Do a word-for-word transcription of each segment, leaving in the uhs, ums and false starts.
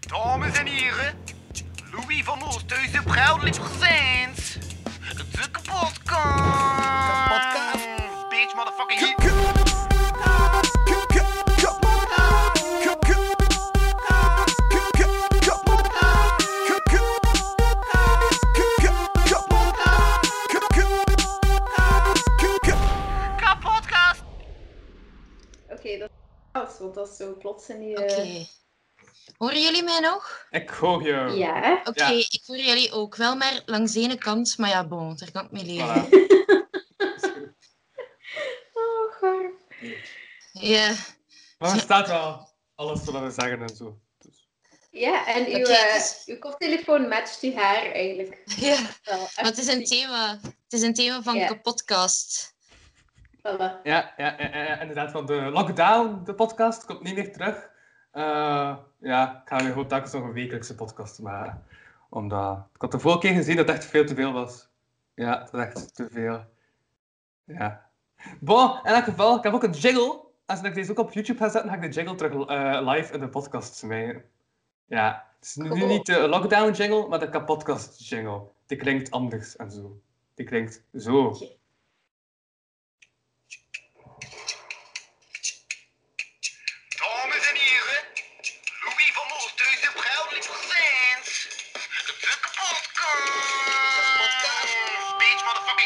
Dames en heren, Louis van Oosthuizen proudly presents de kapotkast. Kapotkast. Bitch, motherfucking hit. Kapotkast. Oké, dat is fout, want dat is zo plots in die... Oké. Uh... Okay. Horen jullie mij nog? Ik hoor je. Ja. Oké, okay, ja. Ik hoor jullie ook. Wel maar langs de ene kant, maar ja, bon, daar kan ik mee leven. Voilà. Oh, gaar. Ja. Maar er staat wel alles wat we zeggen en zo. Dus. Ja, en uw, Okay, uh, dus... uw koptelefoon matcht uw haar eigenlijk. Ja, wel, maar het is een thema. Het is een thema van ja. de podcast. Voilà. Ja, ja, ja, ja, inderdaad, van de lockdown, de podcast, komt niet meer terug. Uh, ja, ik ga nu gewoon telkens nog een wekelijkse podcast maken. Omdat, ik had de vorige keer gezien dat het echt veel te veel was. Ja, dat is echt te veel. Ja. Bon, in elk geval, ik heb ook een jingle. Als ik deze ook op YouTube ga zetten, ga ik de jingle terug uh, live in de podcast smijten. Ja, het is nu cool. niet de lockdown jingle, maar de kapotkast jingle. Die klinkt anders en zo. Die klinkt zo. Okay. Dames en heren, Louis van Oosthuizen proudly presents de kapotkast. Bitch, motherfucking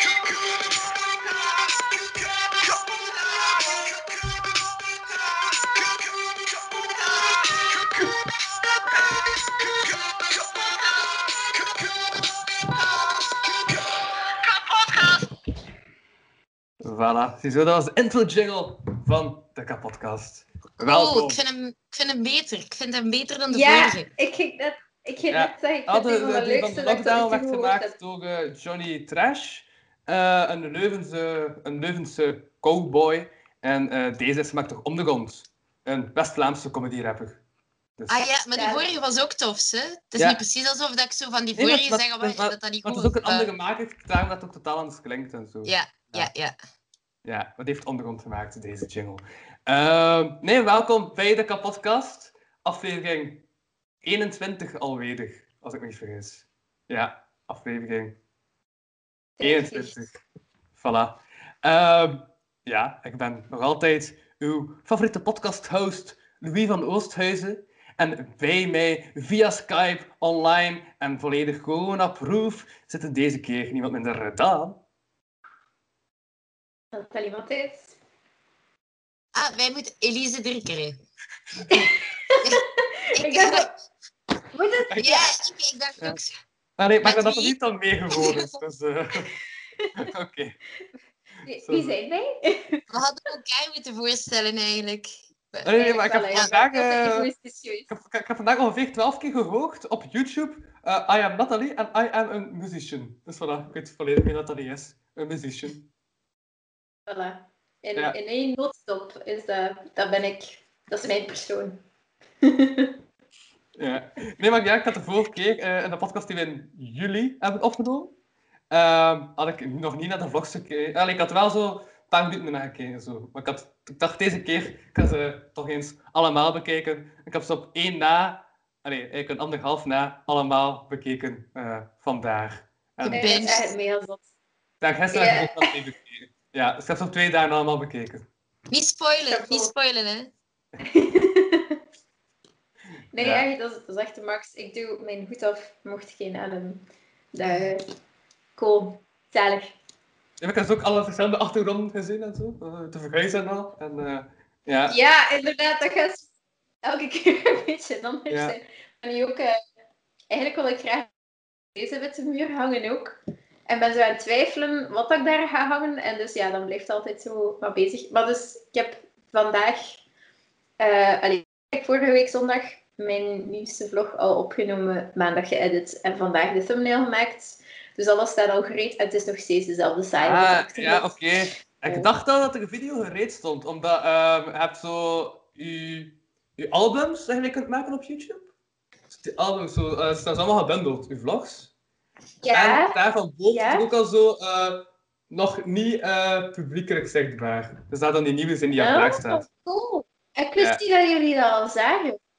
kapotkast. Voilà, ziezo, dat was de intro-jingle van de kapotkast. Welkom. Oh, ik vind, hem, ik vind hem beter. Ik vind hem beter dan de Ja, vorige. ik ging net, ik ging Ja. net zeggen, ik Ah, vind de, het een van de, de die van leukste de dat ik lockdown tot nu werd toe gehoord gemaakt heb. door uh, Johnny Trash, uh, een, Leuvense, een Leuvense cowboy. En uh, deze is gemaakt door Om de Grond, een West-Vlaamse comedy-rapper. Dus... Ah ja, maar die Ja. vorige was ook tof, hè? Het is Ja. niet precies alsof dat ik zo van die Nee, vorige maar, zeg maar, maar, maar, dat dat niet maar goed het is ook was. een andere maker, daarom dat het ook totaal anders klinkt en zo. Ja, ja, ja. Ja, wat heeft Om de Grond gemaakt, deze jingle. Uh, nee, welkom bij de kapotkast. Aflevering eenentwintig alweer, als ik me niet vergis. Ja, aflevering eenentwintig. Voilà. Uh, ja, ik ben nog altijd uw favoriete podcast-host, Louis van Oosthuizen. En bij mij, via Skype, online en volledig corona-proof, zitten deze keer niemand minder dan... Nathalie Matthijs. Ah, wij moeten Elise Dirkeren. Ik dacht... Moet het? Ja, ik, ik dacht Ja. ook... Ah, nee, maar Met dat er wie? niet dan meegewoon is. Dus, uh... Oké. Okay. Wie, wie zijn wij? We hadden elkaar moeten voorstellen, eigenlijk. Nee, nee, maar ik heb, Voilà, ja, vandaag, dat is uh, egoïstisch. ik, heb, ik heb vandaag ongeveer twaalf keer gehoord op YouTube. Uh, I am Nathalie en I am a musician. Dus voilà, ik weet volledig wie Nathalie is. Een musician. Voilà. In, Ja. in één notstop is dat, dat ben ik. Dat is mijn persoon. Ja. Nee, maar ja, ik had de vorige keer uh, in de podcast die we in juli hebben opgenomen, uh, had ik nog niet naar de vlogs gekeken. Allee, ik had wel zo een paar minuten naar gekeken. Zo. Maar ik, had, ik dacht deze keer, ik ga ze toch eens allemaal bekijken. Ik heb ze op één na, allee, eigenlijk een anderhalf na, allemaal bekeken uh, vandaag. En De Dat is binge. echt mega zot. daar gisteren Ja. heb ik ook nog even gekeken. Ja, dus ik heb ze op twee dagen allemaal bekeken. Niet spoilen, niet spoilen, hè. Nee, Ja. echt, dat, is, dat is echt de max. Ik doe mijn hoed af, mocht geen adem. Dat, cool. Zalig. Ja, ik heb dus ook alle verschillende achtergronden gezien en zo, uh, te vergrijzen en al. En, uh, ja. Ja, inderdaad, dat gaat elke keer een beetje anders Ja. zijn. En nu ook, uh, eigenlijk wil ik graag deze witte muur hangen ook. En ben zo aan het twijfelen wat ik daar ga hangen. En dus ja, dan blijft het altijd zo wat bezig. Maar dus, ik heb vandaag, uh, allee, vorige week zondag, mijn nieuwste vlog al opgenomen, maandag geëdit en vandaag de thumbnail gemaakt. Dus alles staat al gereed en het is nog steeds dezelfde saaie Ah, achtergrond. ja, oké. Okay. Ik dacht al dat er een video gereed stond, omdat um, je hebt zo je, je albums eigenlijk kunt maken op YouTube. Dus die albums, zo, uh, ze staan allemaal gebundeld, je vlogs. Ja. En daarvan boven Ja. is ook al zo uh, nog niet uh, publiekelijk zichtbaar. Dus daar dan die nieuwe zin die al klaar staat. Cool. Ik wist Ja. niet dat jullie dat al zagen.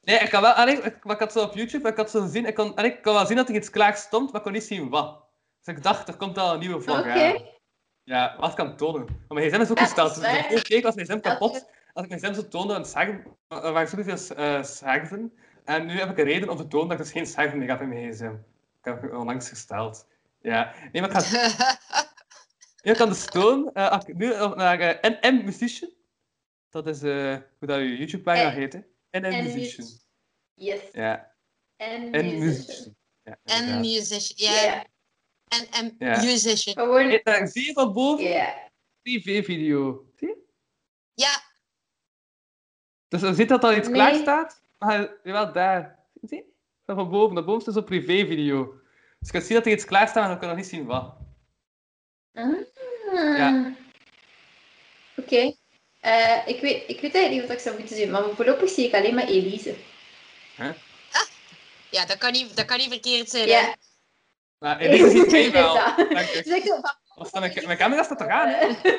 Nee, ik kan wel... Allee, ik, maar ik had zo op YouTube, ik had zo gezien... Ik kon, allee, ik kon wel zien dat er iets klaar stond, maar ik kon niet zien wat. Dus ik dacht, er komt al een nieuwe vlog Oké. aan. Ja, wat kan tonen? Maar mijn gsm is ook Ja, gesteld, dat dus is ik waar. dacht, oh, kijk, was mijn gsm Dat kapot. is- Als ik mijn gsm zo toonde aan het scherm, er waren zoveel uh, scherven. En nu heb ik een reden om te tonen dat ik dus geen scherven meer heb in mijn gsm. Ik heb het onlangs gesteld. Ja. Nee, maar ik ga... Ja, ik kan dus tonen, uh, als ik nu naar uh, N M Musician. Dat is uh, hoe dat je YouTube-pagina Eh, heet, hè. N M En Musician. mus- Yes. Ja. En En musician. Musician. Ja, En inderdaad. musician. Ja. Ja, en, en Ja. musician. Gewoon... Kijk, daar zie je van boven Ja. privé-video. Zie je? Ja, Dus je ziet dat al iets Nee. klaar staat. Maar jawel, daar. Zie je? Van van boven. Dat bovenste is op privé-video. Dus je kunt zien dat er iets klaar staat, maar we kunnen nog niet zien wat. Ah. Ja. Oké. Eh, ik, weet, ik weet eigenlijk niet wat ik zou moeten doen, maar voorlopig zie ik alleen maar Elise. Huh? ja dat, kan niet, dat kan niet verkeerd zijn. hè. Ja. Maar Elise ziet mij wel. Inderdaad. Dank je. Dus ik zo van, Of staat mijn, mijn camera staat toch aan, hè? eh,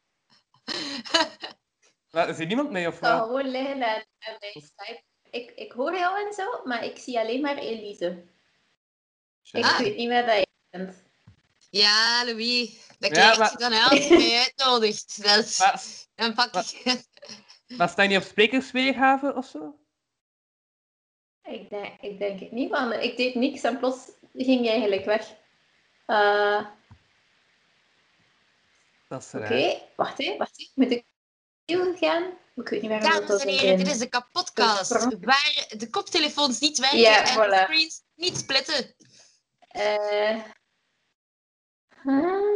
Maar is er niemand mee, of Ik zal wat? gewoon liggen en, en bij Skype. Ik, ik hoor jou en zo, maar ik zie alleen maar Elise. Ik Ah. weet niet meer dat je bent. Ja, Louis. Dat Ja, krijg maar- je dan altijd mee uitnodigt. Dat is... Maar, Dan pak maar- ik... maar sta je niet op sprekersweergave of zo? Ik denk, ik denk het niet, want ik deed niks en plots ging je eigenlijk weg. Eh, Dat is Oké, raar. wacht even, wacht even. Moet ik opnieuw gaan? Ik weet niet meer wat Dames dat en is. heren, dit is de kapotcast. Sprong. Waar de koptelefoons niet werken Ja, en de voilà. screens niet splitten. Eh, huh?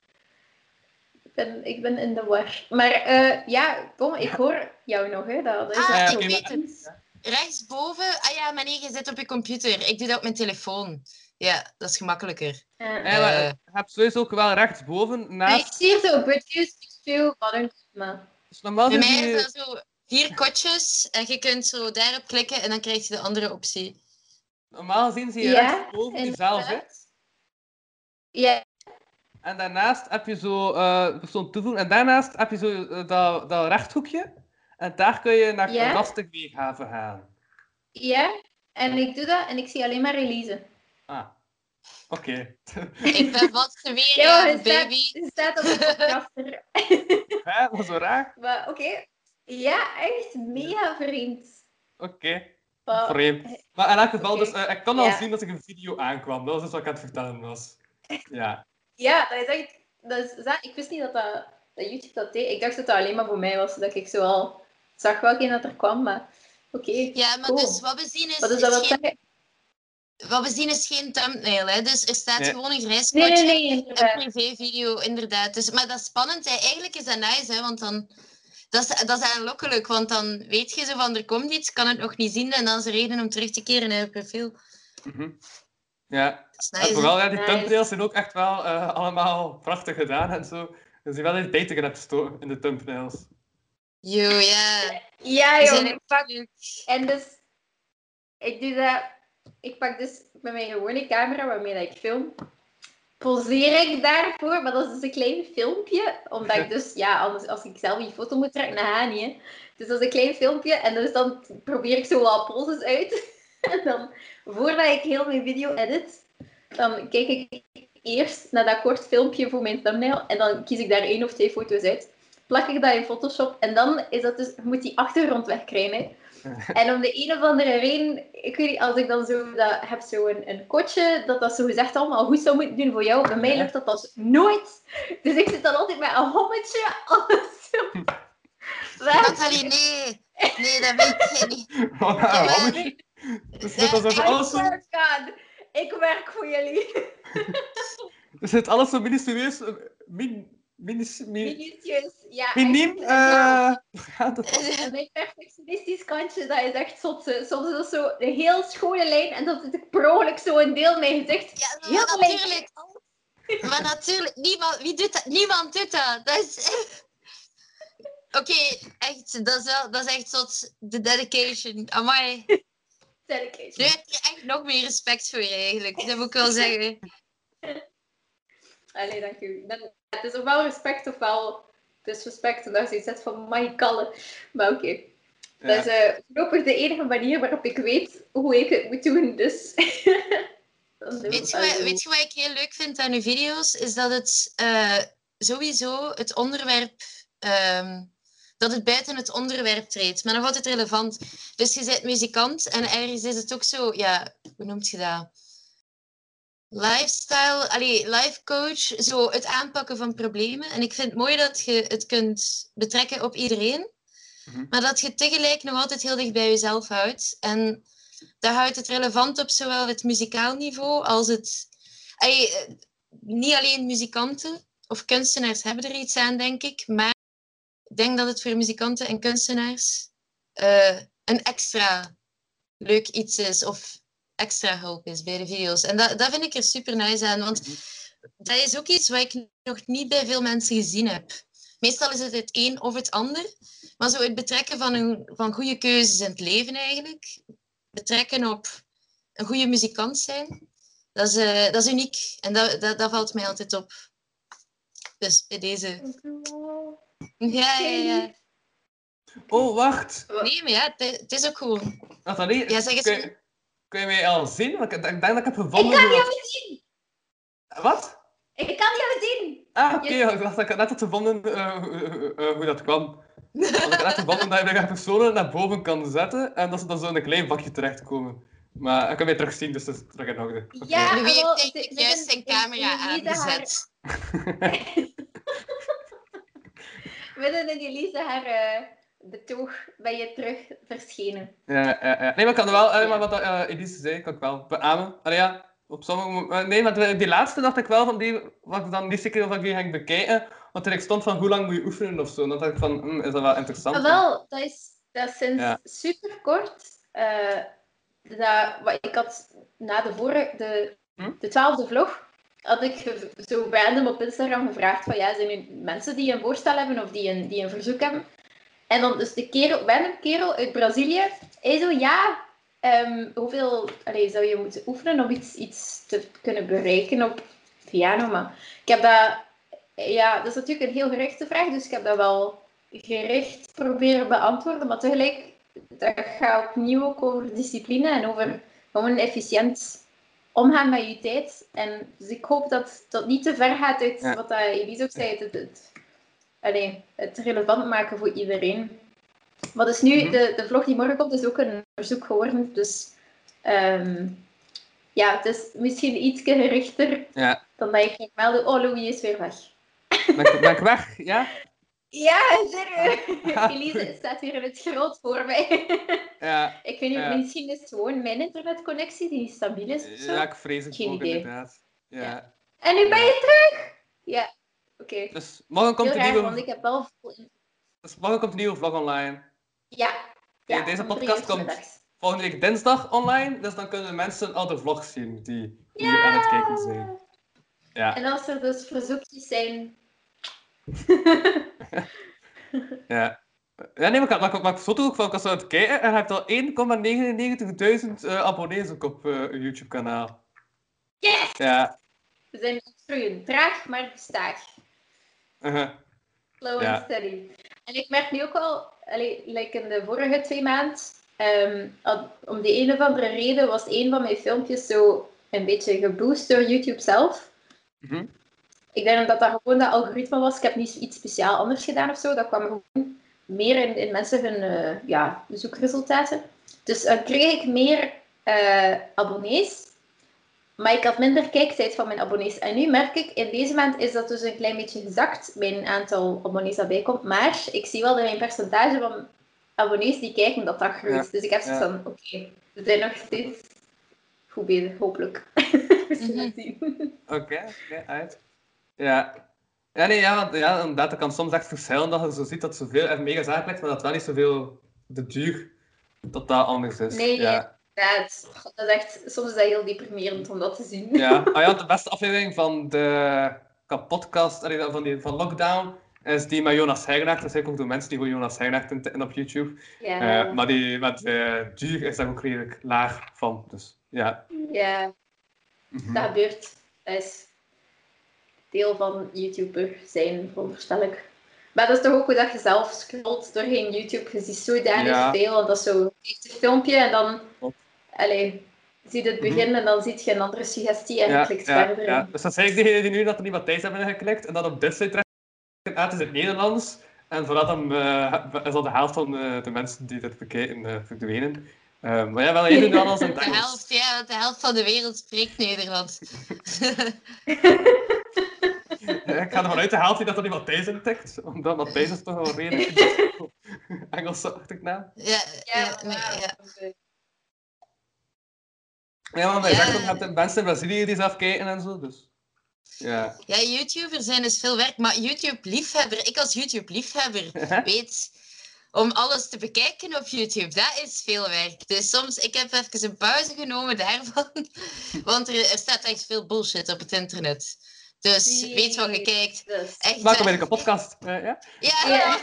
ik, ben, ik ben in de war. Maar eh, ja, kom, ik hoor jou nog, hè. Dat, dat is Ah, echt ik zo. weet het. Rechtsboven, ah ja, maar nee, je zit op je computer. Ik doe dat op mijn telefoon. Ja, dat is gemakkelijker. Eh, Ja, maar Eh. je hebt sowieso ook wel rechtsboven ik naast... zie hier zo British veel button, maar... Dus normaal Bij zijn mij die... is dat zo vier kotjes en je kunt zo daarop klikken en dan krijg je de andere optie. Normaal gezien zie je Ja, rechtsboven diezelfde. inderdaad. Ja, En daarnaast heb je zo eh persoon toevoegen. En daarnaast heb je zo eh, dat, dat rechthoekje. En daar kun je naar Ja. raster weergave gaan. ja, en ik doe dat en ik zie alleen maar Elise. Ah. Oké. Ik ben vast weer, Ja, ja, het staat, baby. het staat op de podcaster. Hè, dat is zo raar. Maar oké. Ja, echt mega vreemd. Oké. Maar- Vreemd. Maar in elk geval, Oké. dus, eh, ik kon al Ja. zien dat er een video aankwam. Dat was dus wat ik aan het vertellen was. Ja. Ja, dat is echt... Dat is, dat- ik wist niet dat, dat, dat YouTube dat deed. Ik dacht dat dat alleen maar voor mij was. Dat ik zo al zag welke dat er kwam, maar... Oké, Ja, maar cool. dus wat we zien is, Wat is is dat wat geen, zeggen? wat we zien is geen thumbnail. Hè? Dus er staat Nee. gewoon een Nee, grijskotje. nee, nee. Een inderdaad. privévideo, inderdaad. Dus, maar dat is spannend. Hè. Eigenlijk is dat nice, hè, want dan... Dat is, dat is aanlokkelijk, want dan weet je zo van, er komt iets, kan het nog niet zien, en dan is er reden om terug te keren naar je profiel. Mhm. Ja. Dat is En nice. vooral, ja, die Nice. thumbnails zijn ook echt wel eh, allemaal prachtig gedaan en zo. Dus je wel iets beter hebt gestoken in de thumbnails. Yo, ja. Ja, Die joh. zijn echt Pak. leuk. En dus... Ik doe dat... Ik pak dus met mijn gewone camera waarmee dat ik film... Poseer ik daarvoor, maar dat is dus een klein filmpje. Omdat ik dus... Ja, anders als ik zelf die foto moet trekken, dan ga niet, hè. Dus dat is een klein filmpje. En dus dan probeer ik zo wat poses uit. En dan, voordat ik heel mijn video edit, dan kijk ik eerst naar dat kort filmpje voor mijn thumbnail. En dan kies ik daar één of twee foto's uit. Plak ik dat in Photoshop. En dan is dat dus... Je moet die achtergrond wegkrijgen, hè. En om de een of andere reden, ik weet niet, als ik dan zo dat, heb zo een, een coachje, dat dat zo gezegd allemaal goed zou moeten doen voor jou, bij mij Ja. lukt dat dus nooit. Dus ik zit dan altijd met een hommetje, alles zo. weg. Nathalie, nee. Nee, dat weet je niet. Oh, nou, hommetje. Dus het alsof I alles zo, swear to God, ik werk voor jullie. dus het alles zo minutieus, eh, min, minis, min, Minutieus, ja. miniem, echt. eh, gaat het? En mijn perfectionistisch kantje, dat is echt zot. hè. Soms is dat zo een heel schone lijn en dan zit ik per ongeluk zo een deel mijn gezicht. Ja, Heel maar lijn. natuurlijk. Maar natuurlijk, niemand, wie doet dat? Niemand doet dat. Dat is... Oké, echt, dat is, wel, dat is echt soort de dedication. Amai. Dedication. Nu heb ik er echt nog meer respect voor je eigenlijk. Dat moet ik wel zeggen. Allee, dank u. Dan, het is ofwel respect ofwel disrespect. En daar is iets van my kallen. Maar oké. Ja. Dat is uh, voorlopig de enige manier waarop ik weet hoe ik het moet doen. Dus... Dan doen we Weet je, dat wat, zo. weet je wat ik heel leuk vind aan uw video's? Is dat het uh, sowieso het onderwerp... Um, dat het buiten het onderwerp treedt. Maar nog altijd relevant. Dus je bent muzikant en ergens is het ook zo... Ja, hoe noemt je dat? Lifestyle, allee, life coach. Zo het aanpakken van problemen. En ik vind het mooi dat je het kunt betrekken op iedereen. Mm-hmm. Maar dat je het tegelijk nog altijd heel dicht bij jezelf houdt. En dat houdt het relevant op zowel het muzikaal niveau als het... Allee, niet alleen muzikanten of kunstenaars hebben er iets aan, denk ik. Maar ik denk dat het voor muzikanten en kunstenaars uh, een extra leuk iets is. Of extra hulp is bij de video's. En dat, dat vind ik er super nice aan. Want dat is ook iets wat ik nog niet bij veel mensen gezien heb. Meestal is het het een of het ander. Maar zo het betrekken van, een, van goede keuzes in het leven eigenlijk. Betrekken op een goede muzikant zijn. Dat is, uh, dat is uniek. En dat, dat, dat valt mij altijd op. Dus bij deze... Ja, ja, ja. Oh, wacht. Nee, maar ja, het, het is ook cool. Nathalie, ja, zeg eens kun, je, kun je mij al zien? Want ik, ik denk dat ik heb gevonden... Ik kan jou dat... zien! Wat? Ik kan jou zien! Ah, oké. Okay. Je... Ik dacht dat ik net had gevonden uh, uh, uh, uh, hoe dat kwam. Want ik had net gevonden dat je de personen naar boven kan zetten en dat ze dan zo in een klein vakje terechtkomen. Maar ik kan mij terugzien, dus dat is terug in orde. Okay. Ja, Louis wel, heeft eigenlijk juist zijn camera aangezet. Midden in Elise haar uh, betoog ben je terug verschenen. Ja, ja, ja. Nee, maar ik kan wel, ja. maar wat uh, Elise zei, kan ik wel beamen. Allee, ja, op sommige, nee, maar die laatste dacht ik wel van die, wat ik dan niet zeker of ik die ging bekijken, want er stond van hoe lang moet je oefenen of zo. En dan dacht ik van, hm, is dat wel interessant? Ah, wel, dat is, dat is sinds ja. super kort. Uh, dat, wat ik had na de vorige, de, hm? de twaalfde vlog, had ik zo random op Instagram gevraagd van ja, zijn er mensen die een voorstel hebben of die een, die een verzoek hebben? En dan dus de kerel, random kerel uit Brazilië, hij zo ja, um, hoeveel allez, zou je moeten oefenen om iets, iets te kunnen bereiken op piano? Maar ik heb dat, ja, dat is natuurlijk een heel gerichte vraag, dus ik heb dat wel gericht proberen beantwoorden, maar tegelijk, dat gaat opnieuw ook over discipline en over gewoon efficiënt omgaan met je tijd. En dus ik hoop dat dat niet te ver gaat uit ja. wat dat Elise ook zei, het, het, allee, het relevant maken voor iedereen. Maar dus nu, mm-hmm. de, de vlog die morgen komt, is ook een verzoek geworden. Dus um, ja, het is misschien iets gerichter ja. dan dat ik ging melden. Oh, Louis is weer weg. Ben ik, ben ik weg, ja? Ja, serieus. Ah, Elise staat weer in het groot voor mij. Ja. Ik weet niet, ja. misschien is het gewoon mijn internetconnectie die niet stabiel is of zo. Ja, ik vrees het Geen ook idee. inderdaad. Ja. Ja. En nu ben je ja. terug? Ja, oké. Okay. Dus morgen komt Heel een raar, nieuwe... want ik heb wel vol... Dus morgen komt een nieuwe vlog online. Ja. ja ja deze podcast komt middags. volgende week dinsdag online, dus dan kunnen mensen al de vlogs zien die ja. hier aan het kijken zijn. Ja. En als er dus verzoekjes zijn... ja. Ja, nee, maar ik maak een foto ook van, ik was aan het kijken en je hebt al één komma negenennegentigduizend uh, abonnees ook op uh, je YouTube-kanaal. Yes! Ja. We zijn groeien. Traag, maar gestaag. Uh-huh. Slow ja. and steady. En ik merk nu ook al, allee, like in de vorige twee maanden, um, om die een of andere reden was een van mijn filmpjes zo een beetje geboost door YouTube zelf. Mm-hmm. Ik denk dat dat gewoon dat algoritme was. Ik heb niet iets speciaal anders gedaan of zo. Dat kwam gewoon meer in, in mensen hun uh, ja, zoekresultaten. Dus dan uh, kreeg ik meer uh, abonnees. Maar ik had minder kijktijd van mijn abonnees. En nu merk ik, in deze maand is dat dus een klein beetje gezakt. Mijn aantal abonnees dat bijkomt. Maar ik zie wel dat mijn percentage van abonnees die kijken, dat dat groeit. Ja. Dus ik heb zoiets ja. van, oké, okay, we zijn nog steeds goed bezig, hopelijk. Oké, oké, okay, uit. Ja. Ja, nee, ja, want ja, inderdaad, dat kan soms echt verschillen dat je zo ziet dat zoveel er mega zaak ligt, maar dat wel niet zoveel de duur dat dat anders is. Nee, ja. ja, het, dat is echt, soms is dat heel deprimerend om dat te zien. Ja, ah, ja de beste aflevering van de podcast, van, die, van Lockdown, is die met Jonas Hernaert. Dat zijn ook de mensen die gewoon Jonas Hernaert intikken op YouTube. Ja. Uh, maar die met uh, duur is daar ook redelijk laag van, dus ja. Ja, mm-hmm. Dat gebeurt. Dat is deel van YouTuber zijn, veronderstel ik. Maar dat is toch ook hoe dat je zelf scrolt doorheen YouTube. Je ziet zodanig Ja. veel. En dat is zo een filmpje en dan... Klopt. Allee, zie je het begin Mhm. en dan zie je een andere suggestie en je Ja, klikt ja, verder. ja. En... Dus dat zei ik degene die nu dat er niet Matthijs hebben geklikt en dat op dit site terecht uit is het Nederlands. En voordat dan uh, is al de helft van uh, de mensen die dit bekijken uh, verdwenen. Uh, maar ja, wel even doen alles in het De Engels. helft, ja, want de helft van de wereld spreekt Nederlands. Ik ga ervan uit de helft die dat er niet Matthijs in tikt, omdat Matthijs is toch wel redelijk Engelse achternaam. Ja, ja, Ja, nee, ja. Ja, maar wij Ja. zeggen, je hebt mensen in Brazilië die zelf kijken en zo, dus... Ja. Ja, YouTuber zijn is veel werk, maar YouTube-liefhebber, ik als YouTube-liefhebber weet, om alles te bekijken op YouTube, dat is veel werk. Dus soms, ik heb even een pauze genomen daarvan, want er, er staat echt veel bullshit op het internet. Dus weet wat je kijkt. Dus. Echt, Welkom bij eh, de podcast. Uh, ja? Ja, Ja.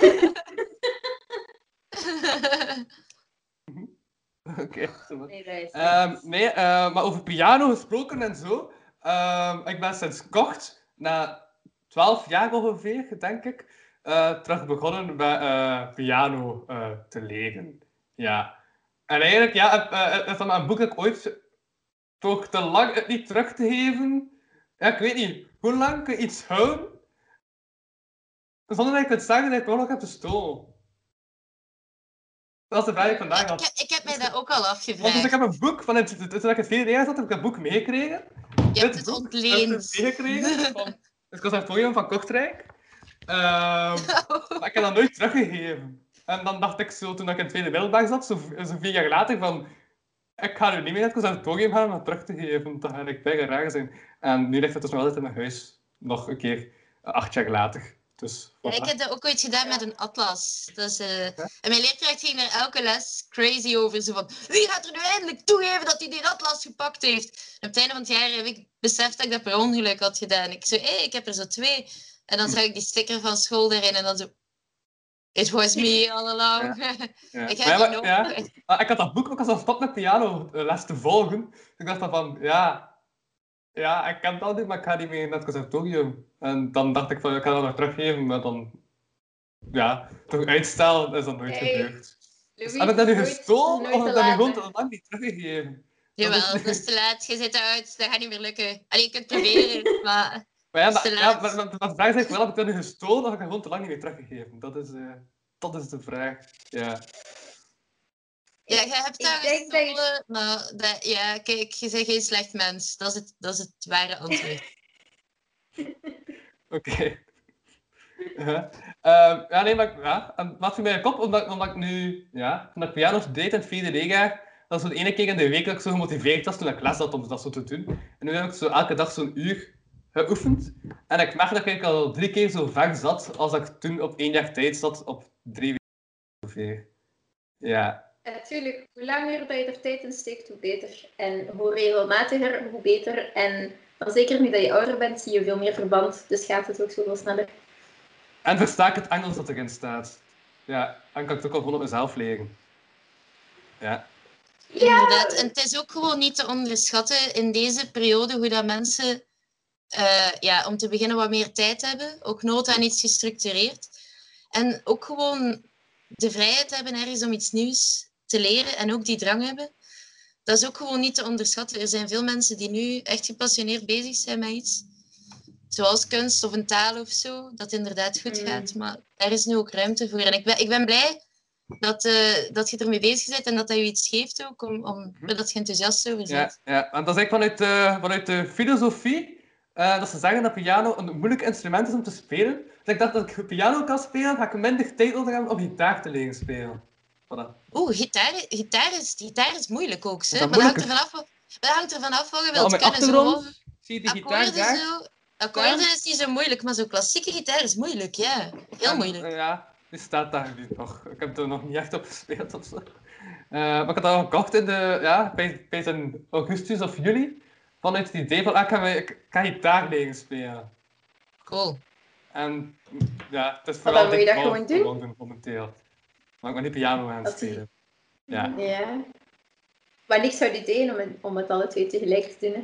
Oké. Okay, Nee, dat is um, nee, uh, maar over piano gesproken en zo. Um, ik ben sinds kort, na twaalf jaar ongeveer, denk ik, uh, terug begonnen met uh, piano uh, te leren. Ja. En eigenlijk, ja, uh, is dat een boek dat ik ooit toch te lang het niet terug te geven. Ja, ik weet niet. Hoe lang kun je iets houden zonder dat je kunt zeggen dat je het nog hebt gestolen? Dat is de vraag die ik vandaag ik, had. heb, ik heb mij dat ook al afgevraagd. Want dus ik heb een boek, van het, toen ik het vierde jaar zat, heb ik dat boek meegekregen. Je hebt het ontleend. Ik heb het meegekregen van het conservatorium van Kortrijk. Uh, maar ik heb dat nooit teruggegeven. En dan dacht ik zo, toen ik in het tweede middelbaar zat, zo, zo vier jaar later, van... Ik ga nu niet meer naar het conservatorium gaan om het terug te geven. Dat ga ik bijna raar zijn. En nu ligt het dus nog altijd in mijn huis. Nog een keer, acht jaar later. Dus, Ja, ik heb dat ook ooit gedaan met een atlas. Dus, uh, en mijn leerkracht ging er elke les crazy over. Zo van, wie gaat er nu eindelijk toegeven dat hij die atlas gepakt heeft? En op het einde van het jaar heb ik beseft dat ik dat per ongeluk had gedaan. Ik zei, hé, hey, ik heb er zo twee. En dan zag ik die sticker van school erin en dan zo... It was me all along. Ja. Ja. ik, heb maar, die maar, nog. ja. Ik had dat boek ook als een stop met piano les te volgen. Ik dacht dan van, ja... Ja, ik kan dat doen, maar ik ga niet meer naar het conservatorium. En dan dacht ik van, ik ga dat nog teruggeven, maar dan... Ja, toch uitstel is dat nooit Hey, gebeurd. Louis, Dus heb ik dat nu nooit- gestolen nooit of te heb ik dat nu laat, gewoon hè. te lang niet teruggegeven? Jawel, Dat is- dat is te laat. Je zit uit. Dat gaat niet meer lukken. Allee, je kunt proberen, maar... Maar ja, Dat is maar, te ja, laat. maar, maar, maar de vraag is eigenlijk wel, heb ik dat nu gestolen of heb ik dat gewoon te lang niet meer teruggegeven? Dat is, uh, dat is de vraag. Ja. Ja, je hebt Ik dat denk dat je- gestolen, maar dat, ja, kijk, je bent geen slecht mens. Dat is het, dat is het ware antwoord. Oké. Okay. Ja. Uh, ja, nee, maar ja, en wat viel mij in de kop, omdat, omdat ik nu, ja, toen ik piano deed in het vierde leerjaar, dat was zo de ene keer in de week dat ik zo gemotiveerd was toen ik les had om dat zo te doen. En nu heb ik zo elke dag zo'n uur geoefend. En ik merk dat ik al drie keer zo ver zat als ik toen op één jaar tijd zat op drie weken ongeveer. Ja. Natuurlijk, hoe langer dat je er tijd in steekt, hoe beter. En hoe regelmatiger, hoe beter. En dan zeker nu dat je ouder bent, zie je veel meer verband. Dus gaat het ook zoveel sneller. En versta ik het Engels dat erin staat. Ja, en kan ik het ook al gewoon op mezelf leren. Ja. Inderdaad. En het is ook gewoon niet te onderschatten in deze periode hoe dat mensen, uh, ja, om te beginnen, wat meer tijd hebben. Ook nood aan iets gestructureerd. En ook gewoon de vrijheid hebben ergens om iets nieuws te leren en ook die drang hebben. Dat is ook gewoon niet te onderschatten. Er zijn veel mensen die nu echt gepassioneerd bezig zijn met iets. Zoals kunst of een taal of zo, dat inderdaad goed gaat. Maar daar is nu ook ruimte voor. En ik ben, ik ben blij dat, uh, dat je ermee bezig bent en dat dat je iets geeft ook, om, om, dat je enthousiast over bent. Ja, ja, en dat is eigenlijk vanuit, uh, vanuit de filosofie uh, dat ze zeggen dat piano een moeilijk instrument is om te spelen. Dus ik dacht dat ik piano kan spelen, ga ik minder tijd nodig hebben om gitaar te leren spelen. Voilà. Oeh, gitaar, gitaar, is, gitaar is moeilijk ook, hè? Dat Maar dat hangt er vanaf, dat hangt er vanaf wat je wilt ja, kunnen. Achtergrond, Zo, zie je die gitaar akkoorden daar? zo. Akkoorden is niet zo moeilijk, maar zo'n klassieke gitaar is moeilijk, ja. Heel en, moeilijk. Ja, die staat daar nu nog. Ik heb er nog niet echt op gespeeld of zo. Uh, maar ik had dat gekocht in de, ja, bij, bij in augustus of juli. Vanuit het idee van, ah, ik, ga, ik ga gitaar leren spelen. Cool. En ja, het is Maar vooral dan moet je dat dit gewoon doen? gewoon doen momenteel. Maar ik ben nu piano aan het Dat die- spelen. Ja. Ja. Maar niks zou je tegen om het, om het alle twee tegelijk te doen. Hè.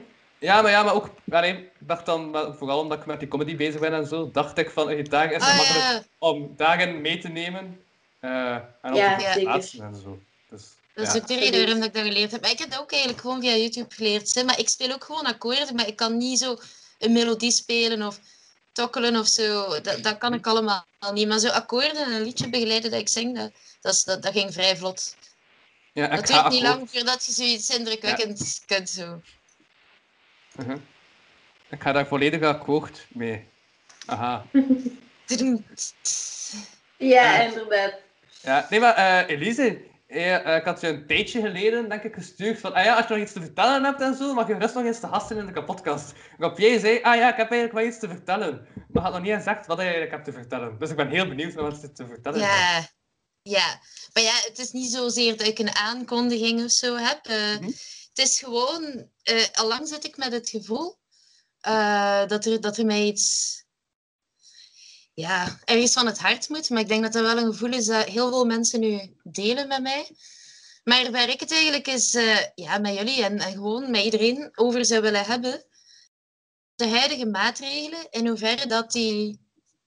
Ja, maar, ja, maar ook, allee, ik dacht dan, maar vooral omdat ik met die comedy bezig ben en zo, dacht ik van, gitaar is het Ah, makkelijk ja. om daarin mee te nemen uh, en om Ja, te verplaatsen en zo. Dus, Dat is ja. ook de reden waarom dat ik dat geleerd heb. Maar ik heb dat ook eigenlijk gewoon via YouTube geleerd. Hè. Maar ik speel ook gewoon akkoorden, maar ik kan niet zo een melodie spelen of tokkelen of zo. Dat, dat kan ik allemaal niet. Maar zo akkoorden en een liedje begeleiden dat ik zing, dat, dat, is, dat, dat ging vrij vlot. Ja, ik Dat ga duurt niet akkoord. lang voordat je zoiets indrukwekkend ja. kunt zo. Uh-huh. Ik ga daar volledig akkoord mee. Aha. Ja, uh, inderdaad. Ja, nee, maar uh, Elise, uh, ik had je een tijdje geleden, denk ik, gestuurd van, ah ja, als je nog iets te vertellen hebt en zo, mag je gerust nog eens te gast zijn in de podcast. Waarop jij zei, ah ja, ik heb eigenlijk wel iets te vertellen. Maar had nog niet gezegd wat je eigenlijk hebt te vertellen. Dus ik ben heel benieuwd naar wat je te vertellen hebt. Ja, ja. Maar ja, het is niet zozeer dat ik een aankondiging of zo heb. Uh, mm-hmm. Het is gewoon, uh, allang zit ik met het gevoel uh, dat, er, dat er mij iets... Ja, ergens van het hart moet. Maar ik denk dat dat wel een gevoel is dat heel veel mensen nu delen met mij. Maar waar ik het eigenlijk is, uh, ja, met jullie en, en gewoon met iedereen over zou willen hebben. De huidige maatregelen, in hoeverre dat die...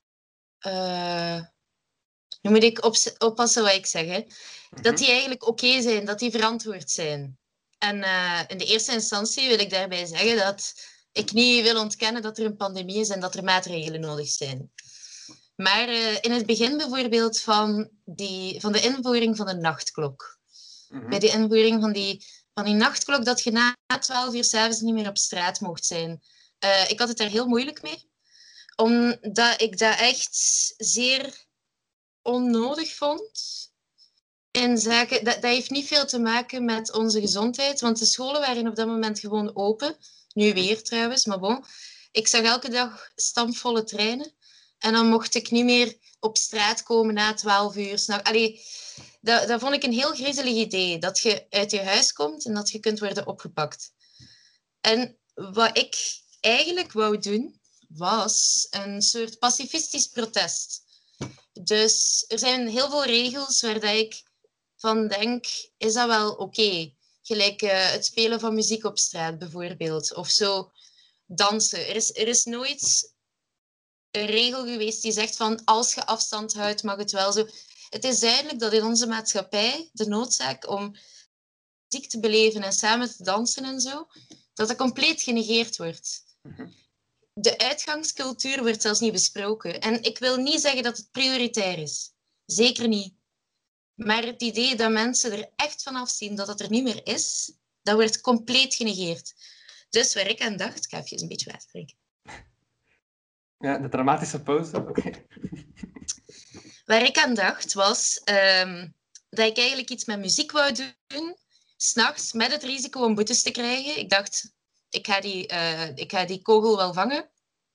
Uh, nu moet ik op, oppassen wat ik zeg, hè. Mm-hmm. Dat die eigenlijk oké okay zijn, dat die verantwoord zijn. En uh, in de eerste instantie wil ik daarbij zeggen dat ik niet wil ontkennen dat er een pandemie is en dat er maatregelen nodig zijn. Maar uh, in het begin bijvoorbeeld van, die, van de invoering van de nachtklok. Mm-hmm. Bij de invoering van die, van die nachtklok dat je na twaalf uur 's avonds niet meer op straat mocht zijn. Uh, ik had het daar heel moeilijk mee. Omdat ik dat echt zeer onnodig vond. In zaken, dat, dat heeft niet veel te maken met onze gezondheid. Want de scholen waren op dat moment gewoon open. Nu weer trouwens, maar bon. Ik zag elke dag stampvolle treinen. En dan mocht ik niet meer op straat komen na twaalf uur. Allee, dat, dat vond ik een heel griezelig idee. Dat je uit je huis komt en dat je kunt worden opgepakt. En wat ik eigenlijk wou doen, was een soort pacifistisch protest. Dus er zijn heel veel regels waar dat ik van denk, is dat wel oké? Okay? Gelijk uh, het spelen van muziek op straat bijvoorbeeld. Of zo dansen. Er is, er is nooit... een regel geweest die zegt van als je afstand houdt, mag het wel zo. Het is duidelijk dat in onze maatschappij de noodzaak om muziek te beleven en samen te dansen en zo, dat dat compleet genegeerd wordt. Mm-hmm. De uitgangscultuur wordt zelfs niet besproken. En ik wil niet zeggen dat het prioritair is. Zeker niet. Maar het idee dat mensen er echt van afzien dat het er niet meer is, dat wordt compleet genegeerd. Dus waar ik aan dacht, ik ga even een beetje water drinken. Ja, de dramatische pauze. Oké. Okay. Waar ik aan dacht was um, dat ik eigenlijk iets met muziek wou doen, 's nachts, met het risico om boetes te krijgen. Ik dacht, ik ga die, uh, ik ga die kogel wel vangen.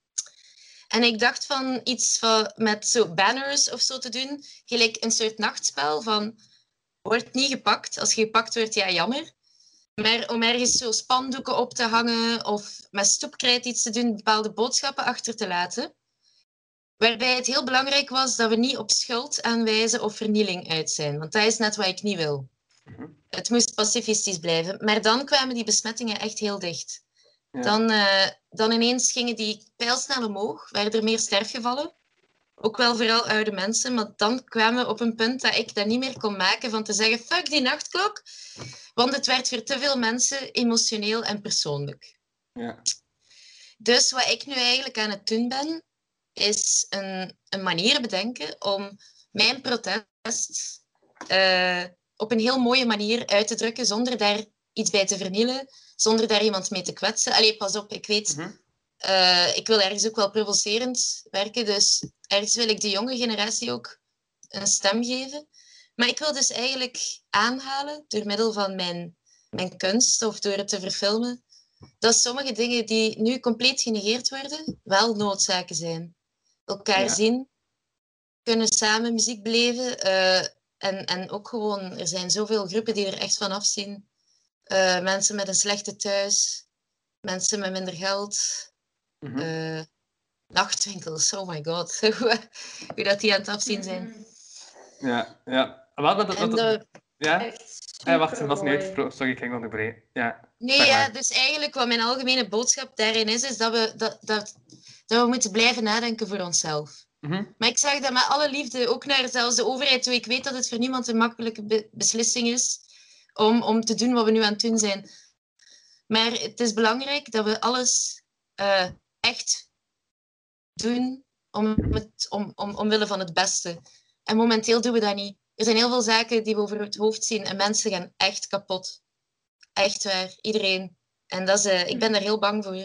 En ik dacht van iets van, met zo banners of zo te doen, gelijk een soort nachtspel van, word niet gepakt. Als je gepakt wordt, ja, jammer. Maar om ergens zo spandoeken op te hangen of met stoepkrijt iets te doen, bepaalde boodschappen achter te laten. Waarbij het heel belangrijk was dat we niet op schuld aanwijzen of vernieling uit zijn. Want dat is net wat ik niet wil. Mm-hmm. Het moest pacifistisch blijven. Maar dan kwamen die besmettingen echt heel dicht. Ja. Dan, uh, dan ineens gingen die pijlsnel omhoog, werden er meer sterfgevallen. Ook wel vooral oude mensen. Maar dan kwamen we op een punt dat ik dat niet meer kon maken van te zeggen, fuck die nachtklok. Want het werd voor te veel mensen emotioneel en persoonlijk. Ja. Dus wat ik nu eigenlijk aan het doen ben, is een, een manier bedenken om mijn protest uh, op een heel mooie manier uit te drukken, zonder daar iets bij te vernielen, zonder daar iemand mee te kwetsen. Allee, pas op, ik weet, mm-hmm. uh, ik wil ergens ook wel provocerend werken, dus ergens wil ik de jonge generatie ook een stem geven. Maar ik wil dus eigenlijk aanhalen, door middel van mijn, mijn kunst of door het te verfilmen, dat sommige dingen die nu compleet genegeerd worden, wel noodzaken zijn. Elkaar ja. zien, kunnen samen muziek beleven. Uh, en, en ook gewoon, er zijn zoveel groepen die er echt van afzien. Uh, mensen met een slechte thuis, mensen met minder geld, mm-hmm. uh, nachtwinkels, oh my god. Hoe dat die aan het afzien zijn. Ja, ja. Wat, wat, wat, wat, en de, ja? echt Eh, wacht, het was niet Supermooi. uitgesproken. Sorry, ik ging onderbreken. Ja. Nee, Zeg ja, maar. dus eigenlijk wat mijn algemene boodschap daarin is, is dat we, dat, dat, dat we moeten blijven nadenken voor onszelf. Mhm. Maar ik zeg dat met alle liefde, ook naar zelfs de overheid toe. Ik weet dat het voor niemand een makkelijke be- beslissing is om, om te doen wat we nu aan het doen zijn. Maar het is belangrijk dat we alles uh, echt doen om het, om, om, omwille van het beste. En momenteel doen we dat niet. Er zijn heel veel zaken die we over het hoofd zien en mensen gaan echt kapot. Echt waar, iedereen. En dat is, uh, ik ben daar heel bang voor.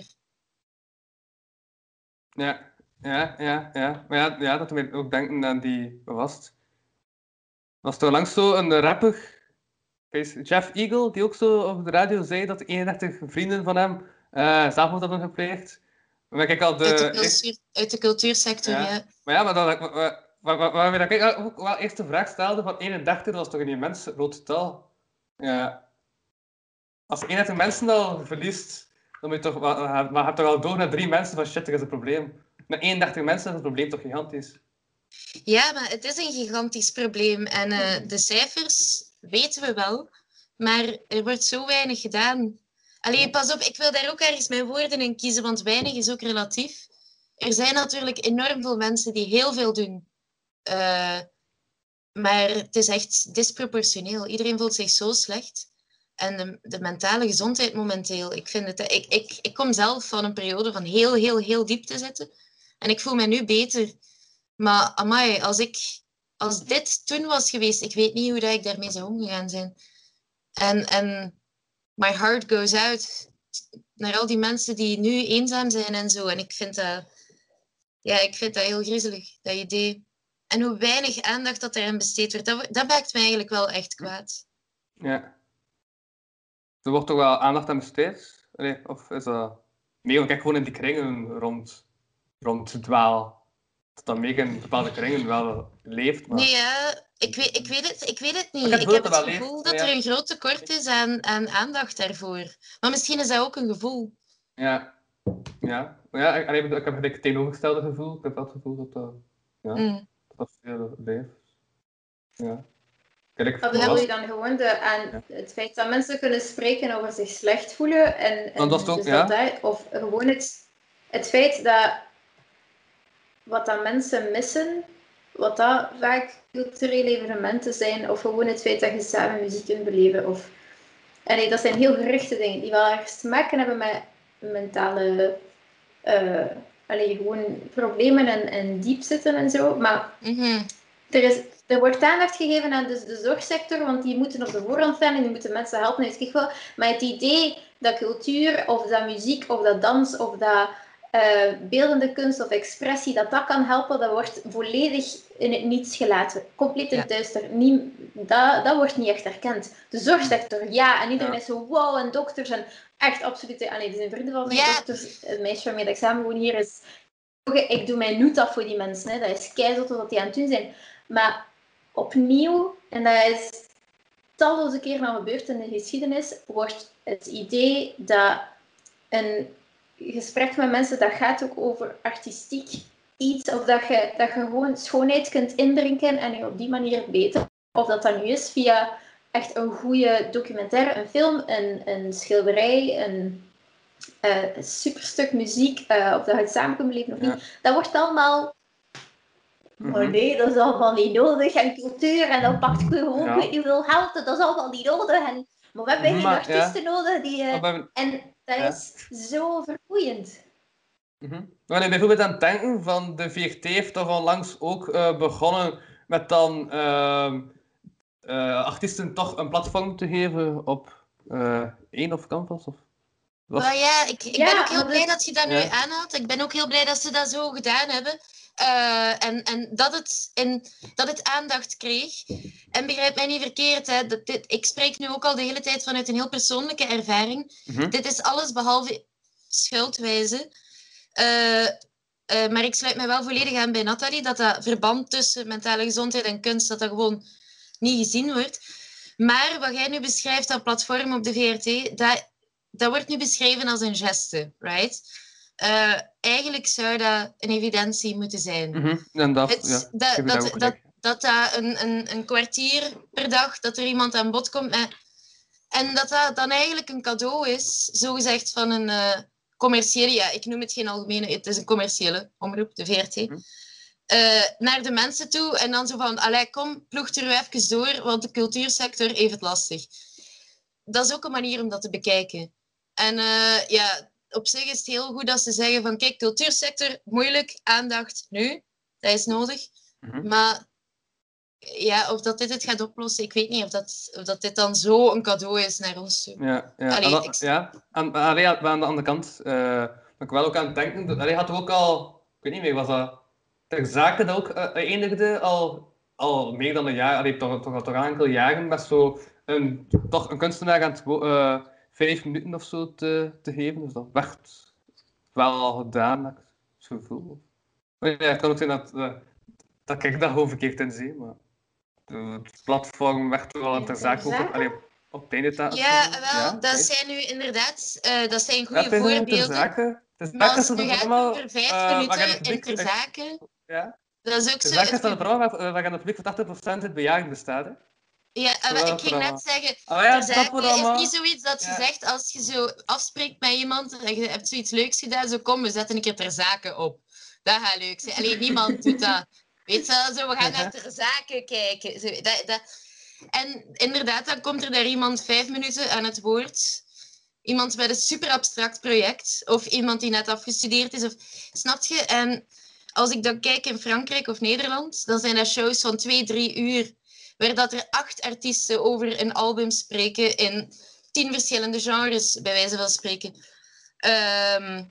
Ja, ja, ja, ja. Maar ja, ja dat doet mij ook denken aan die... Wat was het? Was er langs zo een rapper, Jeff Eagle, die ook zo op de radio zei dat eenendertig vrienden van hem uh, zelfmoord hadden gepleegd. Maar kijk al de... Uit de, cultuur, uit de cultuursector, ja. ja. Maar ja, maar dat, waar, waar, waar we dan kijk, ook wel eerst de vraag stelden van eenendertig, dat was toch een immens groot getal. Ja. Als je eenendertig mensen al verliest, dan moet je toch... Maar je hebt toch al door naar drie mensen van shit, er is een probleem. Met eenendertig mensen is het probleem toch gigantisch. Ja, maar het is een gigantisch probleem. En uh, de cijfers weten we wel, maar er wordt zo weinig gedaan. Allee, pas op, ik wil daar ook ergens mijn woorden in kiezen, want weinig is ook relatief. Er zijn natuurlijk enorm veel mensen die heel veel doen. Uh, maar het is echt disproportioneel. Iedereen voelt zich zo slecht. En de, de mentale gezondheid momenteel, ik vind het... Ik, ik, ik kom zelf van een periode van heel, heel, heel diep te zitten. En ik voel me nu beter. Maar amai, als, ik, als dit toen was geweest, ik weet niet hoe dat ik daarmee zou omgegaan zijn. En, en my heart goes out naar al die mensen die nu eenzaam zijn en zo. En ik vind dat, ja, ik vind dat heel griezelig, dat idee. En hoe weinig aandacht dat eraan besteed wordt, dat, dat maakt me eigenlijk wel echt kwaad. Ja. Er wordt toch wel aandacht aan besteed? Allee, of is dat... Nee, want kijk gewoon in die kringen rond, rond dwaal. Dat dat mee in bepaalde kringen wel leeft. Maar... Nee, ja, ik, weet, ik, weet het, ik weet het niet. Ik heb, ik heb het het gevoel leeft, dat ja. er een groot tekort is aan, aan aandacht daarvoor. Maar misschien is dat ook een gevoel. Ja. Ja. Maar ja, ik, ik heb het tegenovergestelde gevoel. Ik heb dat gevoel dat dat... Ja, Mm. dat, dat veel leeft. Ja. Kijk, Wat bedoel je dan gewoon de, aan ja. het feit dat mensen kunnen spreken over zich slecht voelen? En, en dat ook, dus ja. dat daar, of gewoon het, het feit dat wat dat mensen missen, wat dat vaak culturele evenementen zijn, of gewoon het feit dat je samen muziek kunt beleven. Of, en nee, dat zijn heel gerichte dingen die wel ergens te maken hebben met mentale... Uh, allee, gewoon problemen en, en diep zitten en zo. Maar mm-hmm. er, is, er wordt aandacht gegeven aan de, de zorgsector, want die moeten op de voorhand staan en die moeten mensen helpen. Dus ik wel, maar het idee dat cultuur, of dat muziek, of dat dans, of dat uh, beeldende kunst of expressie, dat dat kan helpen, dat wordt volledig in het niets gelaten. Compleet in het ja. duister. Nie, dat, dat wordt niet echt erkend. De zorgsector, ja. En iedereen ja. is zo, wow, en dokters en... Echt, absoluut. Ah, nee, er zijn vrienden van mijn ja. dochters. Een meisje waarmee ik samen woon hier is... Ik doe mijn noet af voor die mensen. Hè. Dat is keizot wat die aan het doen zijn. Maar opnieuw, en dat is talloze keren al gebeurd in de geschiedenis, wordt het idee dat een gesprek met mensen, dat gaat ook over artistiek iets, of dat je, dat je gewoon schoonheid kunt indrinken en je op die manier beter. Of dat dat nu is via... echt een goede documentaire, een film, een, een schilderij, een, uh, een superstuk muziek, uh, of dat je het samen kunt beleven of ja. niet. Dat wordt allemaal... Mm-hmm. Oh nee, dat is allemaal niet nodig. En cultuur, en dan pakt je gewoon ja. weet niet hoeveel geld, dat is allemaal niet nodig. En, maar we hebben geen maar, artiesten ja. nodig die... Uh, we... En dat ja. is zo vermoeiend. Mm-hmm. Wanneer bijvoorbeeld aan het denken van de V R T heeft toch onlangs ook uh, begonnen met dan... Uh, Uh, artiesten toch een platform te geven op uh, één of Canvas? Of... Was... Well, ja, ik, ik ja, ben ook heel blij dat je dat ja. nu aanhaalt. Ik ben ook heel blij dat ze dat zo gedaan hebben. Uh, en en dat, het in, dat het aandacht kreeg. En begrijp mij niet verkeerd. Hè, dat dit, ik spreek nu ook al de hele tijd vanuit een heel persoonlijke ervaring. Mm-hmm. Dit is alles behalve schuldwijze. Uh, uh, maar ik sluit mij wel volledig aan bij Nathalie. Dat dat verband tussen mentale gezondheid en kunst, dat dat gewoon... niet gezien wordt. Maar wat jij nu beschrijft, dat platform op de V R T, dat, dat wordt nu beschreven als een geste, right? Uh, eigenlijk zou dat een evidentie moeten zijn. Mm-hmm. En dat, Het, ja, dat, dat, dat, dat dat een, een, een kwartier per dag, dat er iemand aan bod komt met En dat dat dan eigenlijk een cadeau is, zogezegd van een uh, commerciële, ja, ik noem het geen algemene, het is een commerciële omroep, de V R T, uh, naar de mensen toe. En dan zo van, allee, kom, ploeg er u even door, want de cultuursector heeft het lastig. Dat is ook een manier om dat te bekijken. En uh, ja, op zich is het heel goed dat ze zeggen van, kijk, cultuursector, moeilijk, aandacht, nu, dat is nodig. Mm-hmm. Maar ja, of dat dit het gaat oplossen, ik weet niet of dat, of dat dit dan zo een cadeau is naar ons toe. Ja, ja. Allee, dat, ik... ja. En, allee, aan de andere kant, uh, ik wel ook aan het denken, allee, had er ook al, ik weet niet meer, was dat ter zake dat ook uh, eindigde al, al meer dan een jaar, allee, toch, toch, toch al enkele jaren, met zo een, toch een kunstenaar aan het uh, vijf minuten of zo te, te geven. Dus dat werd wel al gedaan, dat ik zo voel. Maar ja, het kan ook zijn dat, uh, dat ik dat gewoon verkeerd in zie, maar het platform werd er al aan ter zake ook op, allee, op het einde taal. Ja, wel, ja, dat okay. zijn nu inderdaad, uh, dat zijn goede ja, voorbeelden. Maar als het nu gaat over vijf uh, minuten in ter zake, ja. dat is ook ter zo... Zake is dat een programma waarin het publiek voor tachtig procent het bejaarden bestaat, hè? Ja, uh, ik ging net zeggen, oh, ja, ter zake is niet zoiets dat je ja. zegt als je zo afspreekt met iemand en je hebt zoiets leuks gedaan, zo kom, we zetten een keer ter zake op. Dat gaat leuk zijn. Alleen niemand doet dat. Weet je wel, zo, we gaan naar ter zake kijken. Zo, dat, dat... En inderdaad, dan komt er daar iemand vijf minuten aan het woord. Iemand met een super abstract project. Of iemand die net afgestudeerd is. Of, snap je? En als ik dan kijk in Frankrijk of Nederland, dan zijn dat shows van twee, drie uur. Waar dat er acht artiesten over een album spreken in tien verschillende genres, bij wijze van spreken. Um,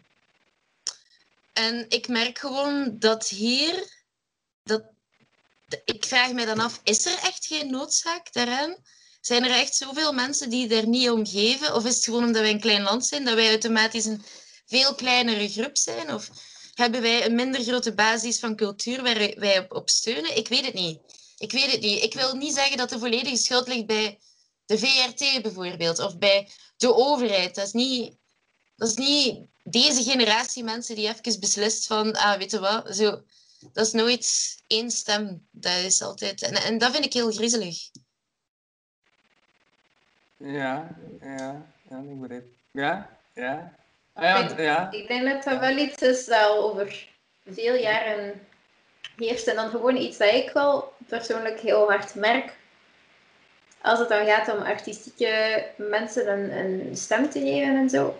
en ik merk gewoon dat hier... Dat, ik vraag me dan af, is er echt geen noodzaak daaraan? Zijn er echt zoveel mensen die er niet om geven? Of is het gewoon omdat wij een klein land zijn, dat wij automatisch een veel kleinere groep zijn? Of hebben wij een minder grote basis van cultuur waar wij op, op steunen? Ik weet het niet. Ik weet het niet. Ik wil niet zeggen dat de volledige schuld ligt bij de V R T bijvoorbeeld, of bij de overheid. Dat is niet, dat is niet deze generatie mensen die even beslist van, ah, weet je wat, zo... Dat is nooit één stem. Dat is altijd... En, en dat vind ik heel griezelig. Ja, ja, ja, ik begrijp. Ja, ja. Ah, ja, ik, ja. ik denk dat dat wel iets is dat al over veel jaren heerst. En dan gewoon iets dat ik wel persoonlijk heel hard merk. Als het dan gaat om artistieke mensen een, een stem te geven en zo.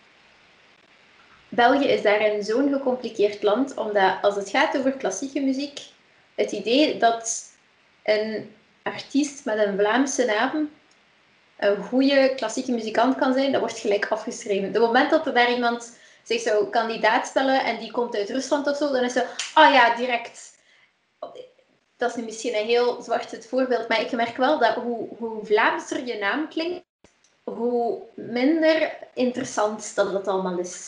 België is daarin zo'n gecompliceerd land, omdat als het gaat over klassieke muziek, het idee dat een artiest met een Vlaamse naam een goede klassieke muzikant kan zijn, dat wordt gelijk afgeschreven. Het moment dat er daar iemand zich zou kandidaat stellen en die komt uit Rusland of zo, dan is ze, ah oh ja, direct. Dat is nu misschien een heel zwart-wit voorbeeld, maar ik merk wel dat hoe, hoe Vlaamser je naam klinkt, hoe minder interessant dat het allemaal is.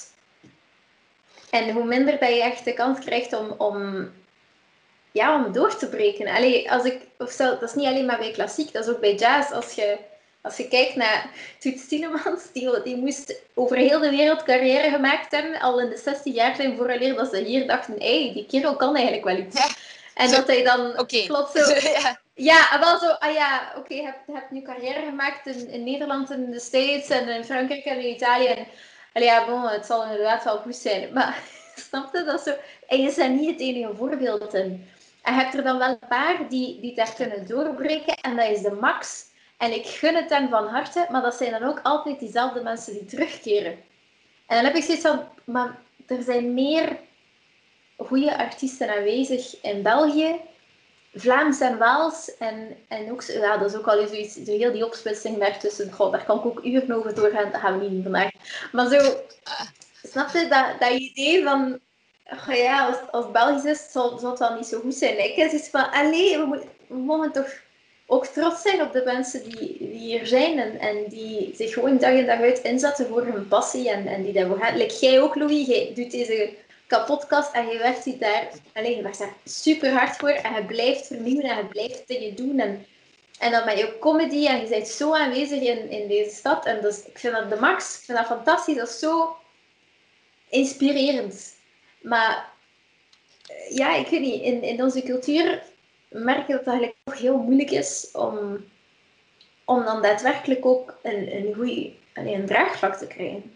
En hoe minder dat je echt de kans krijgt om, om, ja, om door te breken. Allee, als ik, of zo, dat is niet alleen maar bij klassiek, dat is ook bij jazz. Als je, als je kijkt naar Toets Tielemans, die, die moest over heel de wereld carrière gemaakt hebben, al in de zestig jaar zijn vooraleer dat ze hier dachten, hé, hey, die kerel kan eigenlijk wel iets. Ja. En dat hij dan okay. plots zo... ja. Ja, wel zo, ah ja, oké, okay, je hebt, hebt nu carrière gemaakt in, in Nederland, in de States en in Frankrijk en in Italië. En, allee, ja, bon, het zal inderdaad wel goed zijn. Maar snap je dat zo? En je bent niet het enige voorbeeld in. En je hebt er dan wel een paar die, die daar kunnen doorbreken. En dat is de max. En ik gun het hen van harte, maar dat zijn dan ook altijd diezelfde mensen die terugkeren. En dan heb ik zoiets van, maar er zijn meer goede artiesten aanwezig in België. Vlaams en Waals. En, en ook, ja, dat is ook al zoiets, zo heel die opsplitsing daar tussen. Goh, daar kan ik ook uren over doorgaan, dat gaan we niet doen vandaag. Maar zo, snap je, dat, dat idee van, oh ja, als, als Belgisch is, zal, zal het wel niet zo goed zijn. Ik heb zoiets van, allee, we, moet, we mogen toch ook trots zijn op de mensen die, die hier zijn en, en die zich gewoon dag in dag uit inzetten voor hun passie en, en die daarvoor gaan. Like jij ook, Louis, jij doet deze podcast en je werkt daar, allez, je werkt daar super hard voor en je blijft vernieuwen en je blijft dingen doen. En, en dan met je comedy en je bent zo aanwezig in, in deze stad. En dus, ik vind dat de max, ik vind dat fantastisch, dat is zo inspirerend. Maar ja, ik weet niet, in, in onze cultuur merk je dat het eigenlijk toch heel moeilijk is om, om dan daadwerkelijk ook een, een goeie, allee, een draagvlak te krijgen.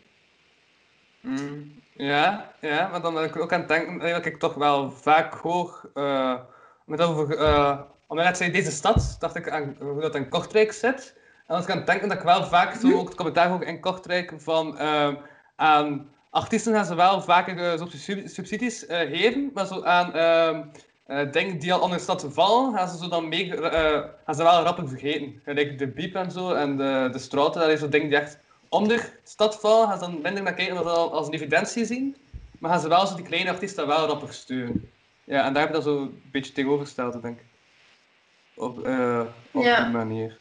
Mm, ja, ja, maar dan ben ik ook aan het denken dat ik toch wel vaak hoor, uh, met over, uh, omdat je zei deze stad, dacht ik aan hoe dat in Kortrijk zit. En als ik aan het denken dat ik wel vaak zo ook het commentaar hoor in Kortrijk van uh, aan artiesten gaan ze wel vaker uh, zo subsidies uh, geven, maar zo aan uh, uh, dingen die al onder de stad vallen, gaan ze zo dan mee, uh, gaan ze wel rapper vergeten. Gelijk de Biep en zo en de, de Straten, dat is zo'n ding die echt onder de stad vallen, gaan ze dan minder naar kijken dan dat als een evidentie zien, maar gaan ze wel zo die kleine artiesten wel rapper steunen. Ja, en daar heb ik dat zo een beetje tegenovergesteld, denk ik. Op, uh, op Ja. die manier.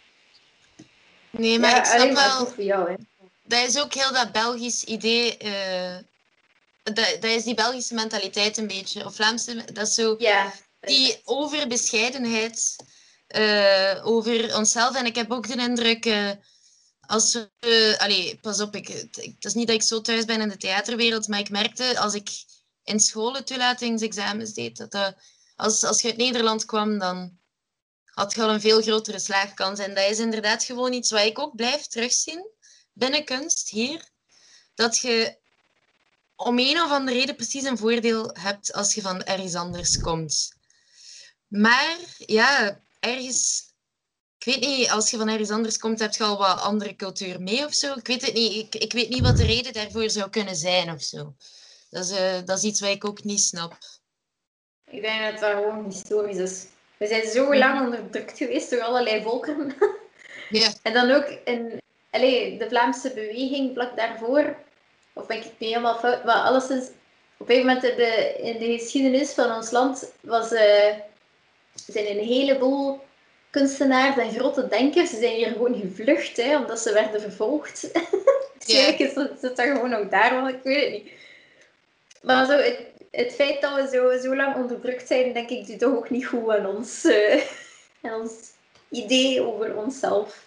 Nee, maar Ja, ik snap alleen maar wel... goed voor jou, hè. Dat is ook heel dat Belgisch idee... Uh, dat, dat is die Belgische mentaliteit een beetje. Of Vlaamse... Dat is zo... Ja. Die overbescheidenheid uh, over onszelf. En ik heb ook de indruk... Uh, als we... Uh, allee, pas op. Ik, het, het is niet dat ik zo thuis ben in de theaterwereld, maar ik merkte als ik in scholen toelatingsexamens deed, dat uh, als, als je uit Nederland kwam, dan had je al een veel grotere slaagkans. En dat is inderdaad gewoon iets wat ik ook blijf terugzien binnen kunst hier. Dat je om een of andere reden precies een voordeel hebt als je van ergens anders komt. Maar ja, ergens... Ik weet niet, als je van ergens anders komt, heb je al wat andere cultuur mee of zo. Ik weet het niet. Ik, ik weet niet wat de reden daarvoor zou kunnen zijn of zo. Dat is, uh, dat is iets wat ik ook niet snap. Ik denk dat dat gewoon historisch is. We zijn zo lang onderdrukt geweest door allerlei volkeren. Ja. En dan ook in allez, de Vlaamse beweging vlak daarvoor, of ben ik het niet helemaal fout, maar alleszins, op een gegeven moment in de, in de geschiedenis van ons land was, uh, zijn een heleboel kunstenaars en grote denkers, ze zijn hier gewoon gevlucht, hè, omdat ze werden vervolgd. Waarschijnlijk is dat, is dat gewoon ook daar, want ik weet het niet. Maar zo, het, het feit dat we zo, zo lang onderdrukt zijn, denk ik, doet toch ook niet goed aan ons, uh, aan ons idee over onszelf.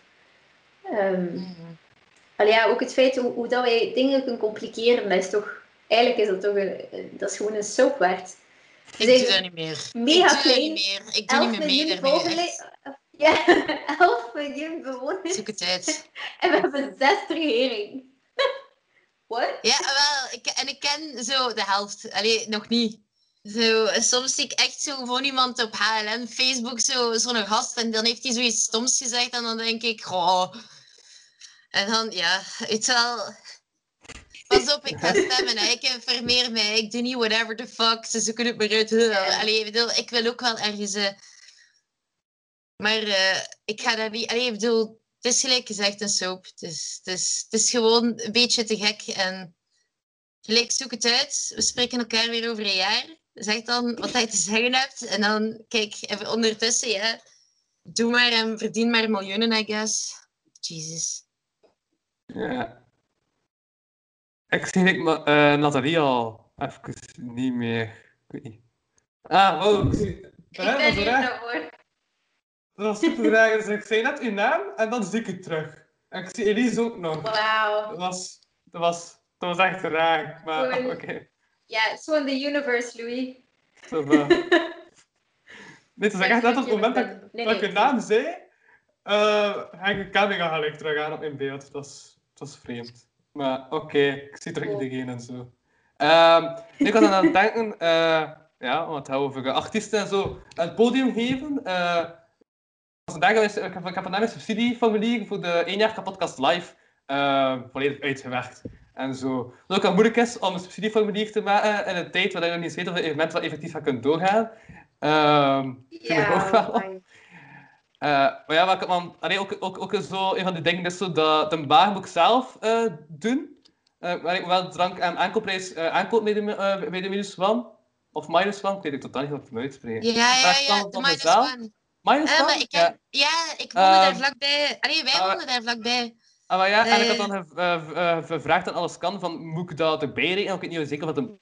Um, mm. Allee, ja, ook het feit hoe, hoe dat wij dingen kunnen compliceren, dat is toch... Eigenlijk is dat toch een... Dat is gewoon een soap waard. Ik doe dat niet meer. Mega ik doe klein. Dat niet meer. Ik doe niet meer mee daarmee. Ja, elf miljoen bewoners. Zoek het uit. En we hebben zes regering. What? Ja, wel. Ik, en ik ken zo de helft. Allee, nog niet. Zo, soms zie ik echt zo gewoon iemand op H L N, Facebook, zo, zo'n gast, en dan heeft hij zoiets stoms gezegd, en dan denk ik, goh. En dan, ja, weet je wel... Pas op, ik ga stemmen, hè. Ik informeer mij, ik doe niet whatever the fuck, ze zoeken het maar uit. Ja. Allee, ik bedoel, ik wil ook wel ergens... Uh... Maar uh, ik ga dat niet... Allee, ik bedoel, het is gelijk gezegd een soap. Het is, het, is, het is gewoon een beetje te gek, en... Gelijk, zoek het uit. We spreken elkaar weer over een jaar. Zeg dan wat je te zeggen hebt. En dan, kijk, even ondertussen, ja. Doe maar en verdien maar miljoenen, I guess. Jesus. Ja. Ik zie ik, uh, Nathalie al even niet meer. Ik weet niet. Ah, oh, ik zie... Ik ben hier nog hoor. Dat was super raar. Dus ik zei net uw naam en dan zie ik het terug. En ik zie Elise ook nog. Wauw. Dat was... Dat was... Dat was echt raar, maar oké. Okay. Ja, zo in the universe, Louis. Zo van. Nee, het is echt net op het moment dat, nee, dat ik je naam zei, uh, ga ik de camera gelijk terug aan op mijn beeld. Dat was, dat was vreemd. Maar oké, okay, ik zie terug oh. iedereen en zo. Um, ik was dan aan het denken, uh, ja, om het over artiesten en zo het podium geven. Uh, vandaag is, ik heb, ik heb vandaag een subsidieformulier voor de één jaar podcast live uh, volledig uitgewerkt. En zo. Dat ook al moeilijk is om een subsidieformulier te maken in een tijd waarin je nog niet weet of het evenement wel effectief gaat kunnen doorgaan. Um, ja, ook wel. Uh, maar ja, wat ik, man, allee, ook, ook, ook zo, een van die dingen is zo dat de baag moet ik zelf uh, doen. Uh, waar ik wel drank en aankoopprijs uh, aankoop bij de, uh, bij de minus one. Of minus one, ik weet ik totaal niet wat ik moet uitspreken. Ja, ja, ja, de minus one. Minus uh, one? Maar ik ken, ja. ja, ik woonde uh, daar vlakbij. Allee, wij uh, woonden daar vlakbij. Ah, maar ja, en ik had dan uh, uh, gevraagd dat alles kan, van moet ik dat erbij rekenen? Ik weet niet zeker of dat een...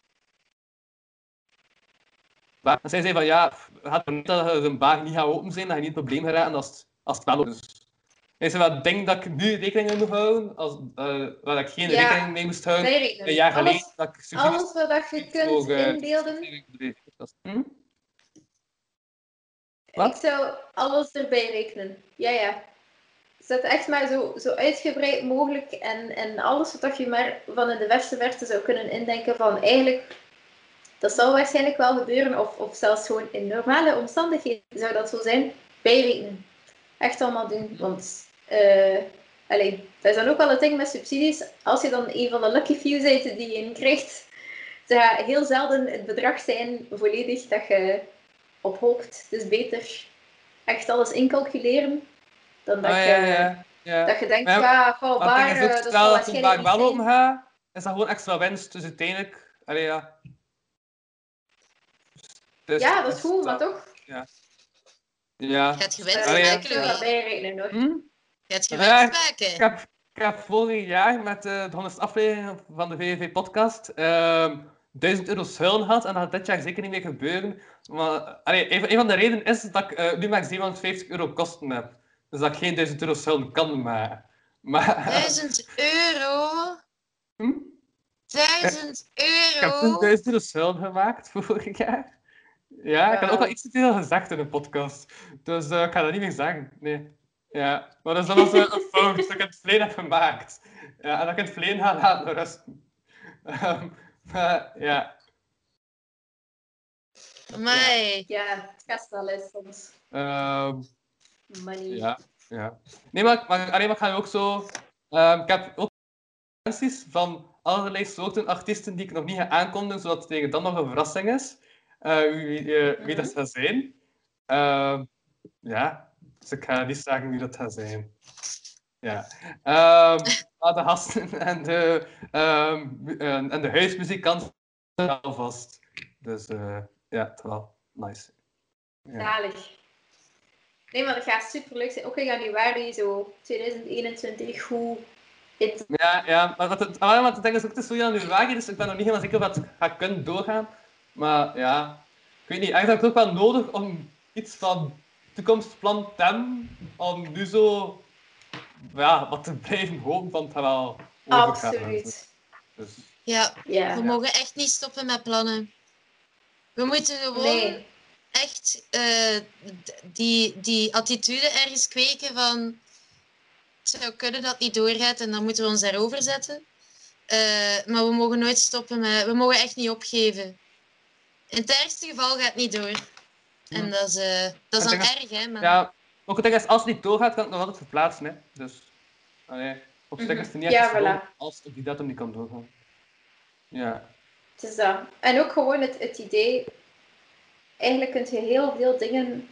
En zij zei van ja, gaat er niet dat een baag niet gaat open zijn, dat je niet het probleem gaat raken als het, als het wel open is. Hij zei van, ik denk dat ik nu rekening mee moet houden, als, uh, dat ik geen ja, rekening mee moest houden. Een jaar geleden. Alles, dat ik alles wat je kunt voor, uh, inbeelden. Hm? Wat? Ik zou alles erbij rekenen. Ja, ja. zet echt maar zo, zo uitgebreid mogelijk en, en alles wat je maar van in de verste verte zou kunnen indenken van eigenlijk, dat zal waarschijnlijk wel gebeuren, of, of zelfs gewoon in normale omstandigheden zou dat zo zijn, bijrekenen. Echt allemaal doen, want uh, allee, dat is dan ook wel het ding met subsidies. Als je dan een van de lucky few bent die je krijgt, ze gaat heel zelden het bedrag zijn volledig dat je ophoopt. Dus beter echt alles incalculeren dan dat, Ah, je, ja, ja, ja. dat je denkt, Maar, ja, goh, maar baar, het ding is ook, uh, dat stel zal dat de waarschijnlijk baan niet wel zijn. open gaat, is dat gewoon extra winst. Dus uiteindelijk, allee, ja. Dus, Ja, dat is dus goed, maar toch? Ja. Ja. Gaat je winst Allee, maken, Ik zou dat Louis? bijrekenen, hoor. Hm? Gaat je Ja, winst ik, maken? ik heb, ik heb vorig jaar met uh, de honderdste aflevering van de V V V-podcast uh, duizend euro schuilen gehad. En dat gaat dit jaar zeker niet meer gebeuren. Maar allee, een, een van de redenen is dat ik uh, nu maar zevenhonderdvijftig euro kosten heb. Dus dat ik geen duizend euro schuilen kan maken. Maar, duizend euro? Hm? duizend euro? Ik heb toen duizend euro schuilen gemaakt vorig jaar. Ja, ik had ook al iets te veel gezegd in een podcast. Dus uh, ik ga dat niet meer zeggen. Nee. Ja, maar dus dat was uh, een fout dat ik in het verleden heb gemaakt. Ja, en dat ik in het verleden ga laten rusten. Um, maar ja. Amai. Ja, het gaat wel eens soms. Um, Money. ja, ja. Nee, maar, maar, alleen maar ik ga ook zo... Um, ik heb ook recensies van allerlei soorten artiesten die ik nog niet ga aankondigen, zodat het tegen dan nog een verrassing is. Uh, wie, uh, wie Mm-hmm. dat gaat zijn. Uh, ja, dus ik ga niet zeggen wie dat gaat zijn. Ja. Um, maar de gasten en de, um, en de huismuzikant zijn alvast. Dus uh, ja, het is wel nice. Ja. Zalig. Nee, maar dat gaat superleuk zijn. Ook in januari, zo twintig eenentwintig, hoe... Het... Ja, ja, maar wat het, maar het ding is ook, het is zo januari, dus ik ben nog niet helemaal zeker wat het gaat kunnen doorgaan. Maar ja, ik weet niet, eigenlijk heb ik het ook wel nodig om iets van toekomstplan te hebben, om nu zo ja, wat te blijven hopen van het gaat wel overgaan. Absoluut. Dus, Ja, ja, we mogen echt niet stoppen met plannen. We moeten gewoon nee. echt uh, die, die attitude ergens kweken van het zou kunnen dat het niet doorgaat en dan moeten we ons daarover zetten. Uh, maar we mogen nooit stoppen met... We mogen echt niet opgeven. In het ergste geval gaat het niet door. En dat is, uh, dat is dan erg, hè. Maar... Ja, ook het ding is, als het niet doorgaat, kan het nog altijd verplaatsen, hè. Dus, allee, op zich is het niet echt ja, gewoon voilà. als het op die datum niet kan doorgaan. Ja. Het is dat. En ook gewoon het, het idee... Eigenlijk kun je heel veel dingen...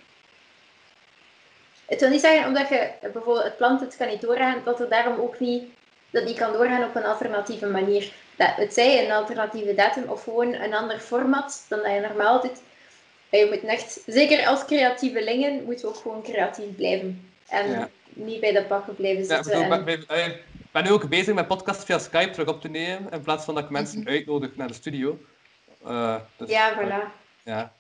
Het wil niet zeggen, omdat je bijvoorbeeld het plant het kan niet doorgaan, dat het daarom ook niet, dat niet kan doorgaan op een alternatieve manier. Dat het zij een alternatieve datum of gewoon een ander format dan dat je normaal altijd... Je moet echt, zeker als creatievelingen, moeten we ook gewoon creatief blijven. En ja. niet bij de pakken blijven zitten. Ja, en... ik ben, ben nu ook bezig met podcast via Skype terug op te nemen, in plaats van dat ik mensen mm-hmm. uitnodig naar de studio. Uh, dus, ja, voilà. Uh, ja.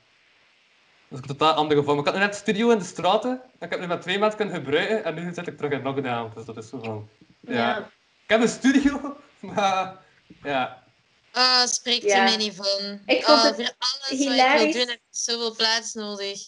Dat is een totaal andere vorm. Ik had net een studio in de straten, ik heb nu met twee maanden kunnen gebruiken en nu zit ik terug in lockdown. Dus dat is zo van... Ja. ja. Ik heb een studio, maar... Ja. Oh, spreekt ja. er mij niet van. Ik vond oh, het voor alles hilarisch. wat ik wil doen, heb ik zoveel plaats nodig.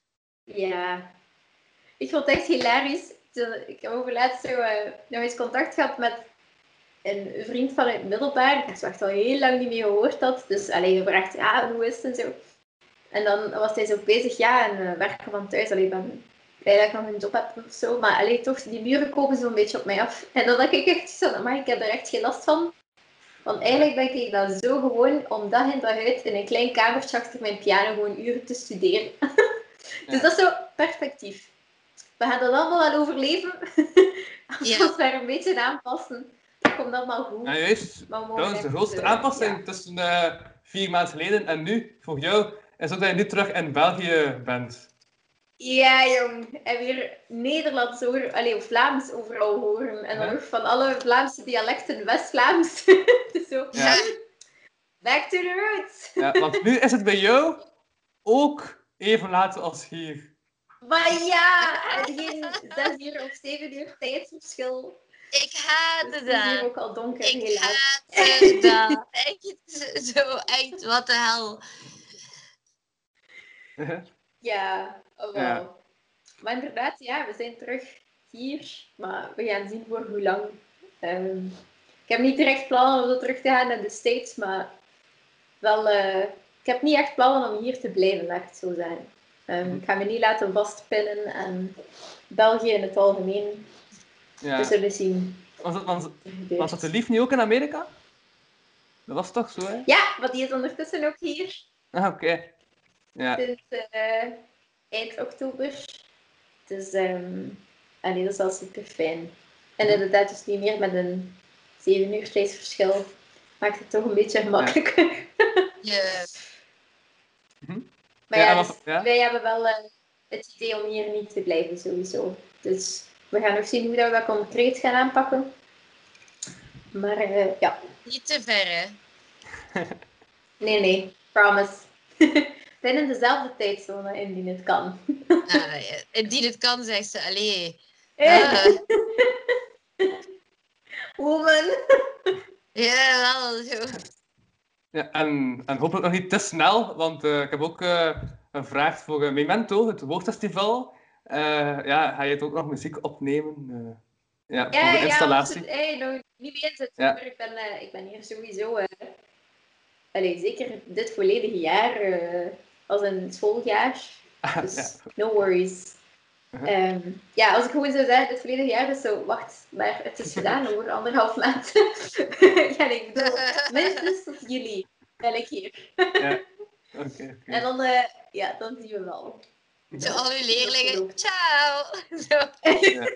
Ja. Ik vond het echt hilarisch. Ik heb over laatst zo, uh, nog eens contact gehad met een vriend van het middelbaar. Ik heb echt al heel lang niet meer gehoord had. Dus alleen gevraagd, ja, hoe is het en zo. En dan was hij zo bezig, ja, en uh, werken van thuis. Allee, ik ben blij dat ik nog een job heb of zo. Maar allee, toch, die muren komen zo'n beetje op mij af. En dan dacht ik echt zo, maar ik heb er echt geen last van. Want eigenlijk ben ik dan zo gewoon om dag in dag uit in een klein kamertje achter mijn piano gewoon uren te studeren. Dus ja. Dat is zo perspectief. We gaan dat allemaal wel overleven. Als ja. we ons daar een beetje aanpassen, dan komt dat wel goed. Ja, juist. Dat is de grootste aanpassing ja. tussen uh, vier maanden geleden en nu, voor jou, is ook dat je nu terug in België bent. Ja, jong. En weer Nederlands horen, allee, Vlaams overal horen. En dan huh? nog van alle Vlaamse dialecten West-Vlaams. Zo. Ja. Back to the roots. Ja, want nu is het bij jou ook even laat als hier. Maar ja, geen zes uur of zeven uur tijdsverschil. Ik haatte dus dat. Het is hier ook al donker, ik helaas. haatte dat. Echt, zo echt, wat de hel. Ja, oh, wow. Ja. Maar inderdaad, ja, we zijn terug hier, maar we gaan zien voor hoe lang. Um, ik heb niet direct plannen om zo terug te gaan naar de States, maar wel, uh, ik heb niet echt plannen om hier te blijven, laat ik het zo zijn. Um, ik ga me niet laten vastpinnen aan België in het algemeen. Ja. We zullen zien. Was, het, was, was dat de lief nu ook in Amerika? Dat was toch zo, hè? Ja, maar die is ondertussen ook hier. Ah, oké. Okay. Ja. Sinds uh, eind oktober. Dus, um, allee, dat is wel super fijn. En inderdaad, dus niet meer met een zeven uur tijdsverschil. Maakt het toch een beetje gemakkelijker. Ja. Mm-hmm. Maar ja, ja, dus maar, ja, wij hebben wel uh, het idee om hier niet te blijven, sowieso. Dus we gaan nog zien hoe dat we dat concreet gaan aanpakken. Maar uh, ja. Niet te ver, hè? Nee, nee. Promise. Binnen dezelfde tijdzone, indien het kan. Ah, ja. Indien het kan, zegt ze. Allee. Ah. Woman. Ja, wel zo. Ja, en, en hopelijk nog niet te snel, want uh, ik heb ook uh, een vraag voor uh, Memento, het Woordfestival. Uh, ja, ga je het ook nog muziek opnemen? Uh, ja, ja, voor de installatie? Ja, hey, nog niet mee inzetten, ja. maar ik ben, uh, ik ben hier sowieso... Uh, allez, zeker dit volledige jaar, uh, als een schooljaar. Dus ja. No worries. Uh-huh. Um, ja, als ik gewoon zou zeggen, dit volledige jaar is zo, wacht, maar het is gedaan over anderhalf maand. Ja, ik bedoel, minstens tot juli ben ik hier. Ja. Okay, okay. En dan, uh, ja, dan zien we wel. Zo al uw leerlingen, ciao! Zo. Ja.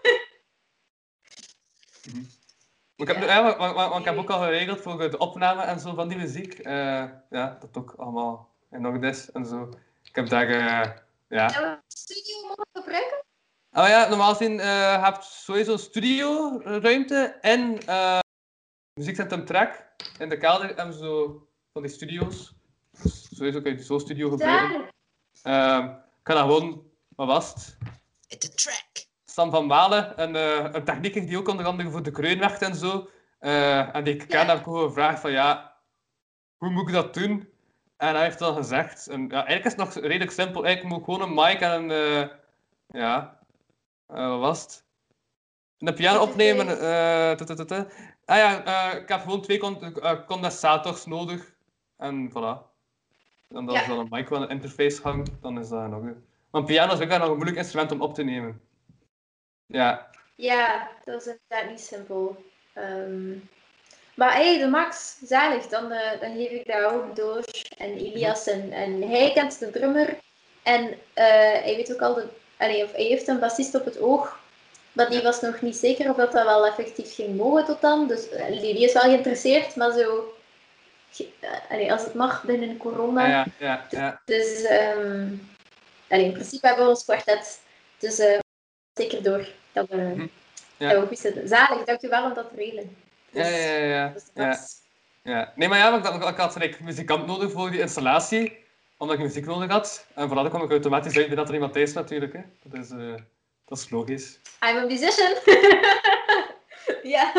Mm-hmm. Ik heb, ja. Ja, maar, maar, maar ik heb ook al geregeld voor de opname en zo van die muziek. Uh, ja, dat ook allemaal in orde is en zo. Ik heb daar, uh, ja... Ja, studio mogen gebruiken? Oh ja, normaal gezien uh, heb je sowieso studioruimte en uh, muziekcentrum Track. In de kelder hebben ze zo van die studio's. Dus sowieso kun je zo'n studio gebruiken. Uh, ik kan dat gewoon, wat was het? De Track. Sam van Malen, een, uh, een technieker die ook onder andere voor de Kreun werkt en zo. Uh, en die ik ken, ja. heb ik gewoon gevraagd van ja, hoe moet ik dat doen? En hij heeft dan gezegd, en, ja, eigenlijk is het nog redelijk simpel. Eigenlijk moet ik gewoon een mic en een, uh, ja, uh, wat was het? Een piano opnemen. Uh, ah ja, uh, ik heb gewoon twee con- uh, condensators nodig. En voilà. En als ja. dan een mic wel een interface hangt, dan is dat nog. Want piano is ook nog een moeilijk instrument om op te nemen. Ja. Ja, dat is inderdaad niet simpel. Um, maar hey, de Max, zalig, dan, uh, dan geef ik dat ook door. En Elias, en, en hij kent de drummer. En uh, hij weet ook al, de, allee, of hij heeft een bassist op het oog. Maar die was nog niet zeker of dat, dat wel effectief ging mogen tot dan. Dus uh, die is wel geïnteresseerd, maar zo... Uh, allee, als het mag binnen corona. Ja, ja, ja. Dus um, allee, in principe hebben we ons kwartet. Dus uh, zeker door. Dat we, hm. ja. dat we goed zitten. Zalig, dank u wel om dat te regelen. Dus, ja, ja, ja. Dus ja. ja. Nee, maar ja, ik, ik, ik had een muzikant nodig voor die installatie. Omdat ik muziek nodig had. En vooral kwam ik automatisch uit bij dat er iemand thuis natuurlijk. Hè. Dat is... Uh, Dat is logisch. I'm a musician. Ja.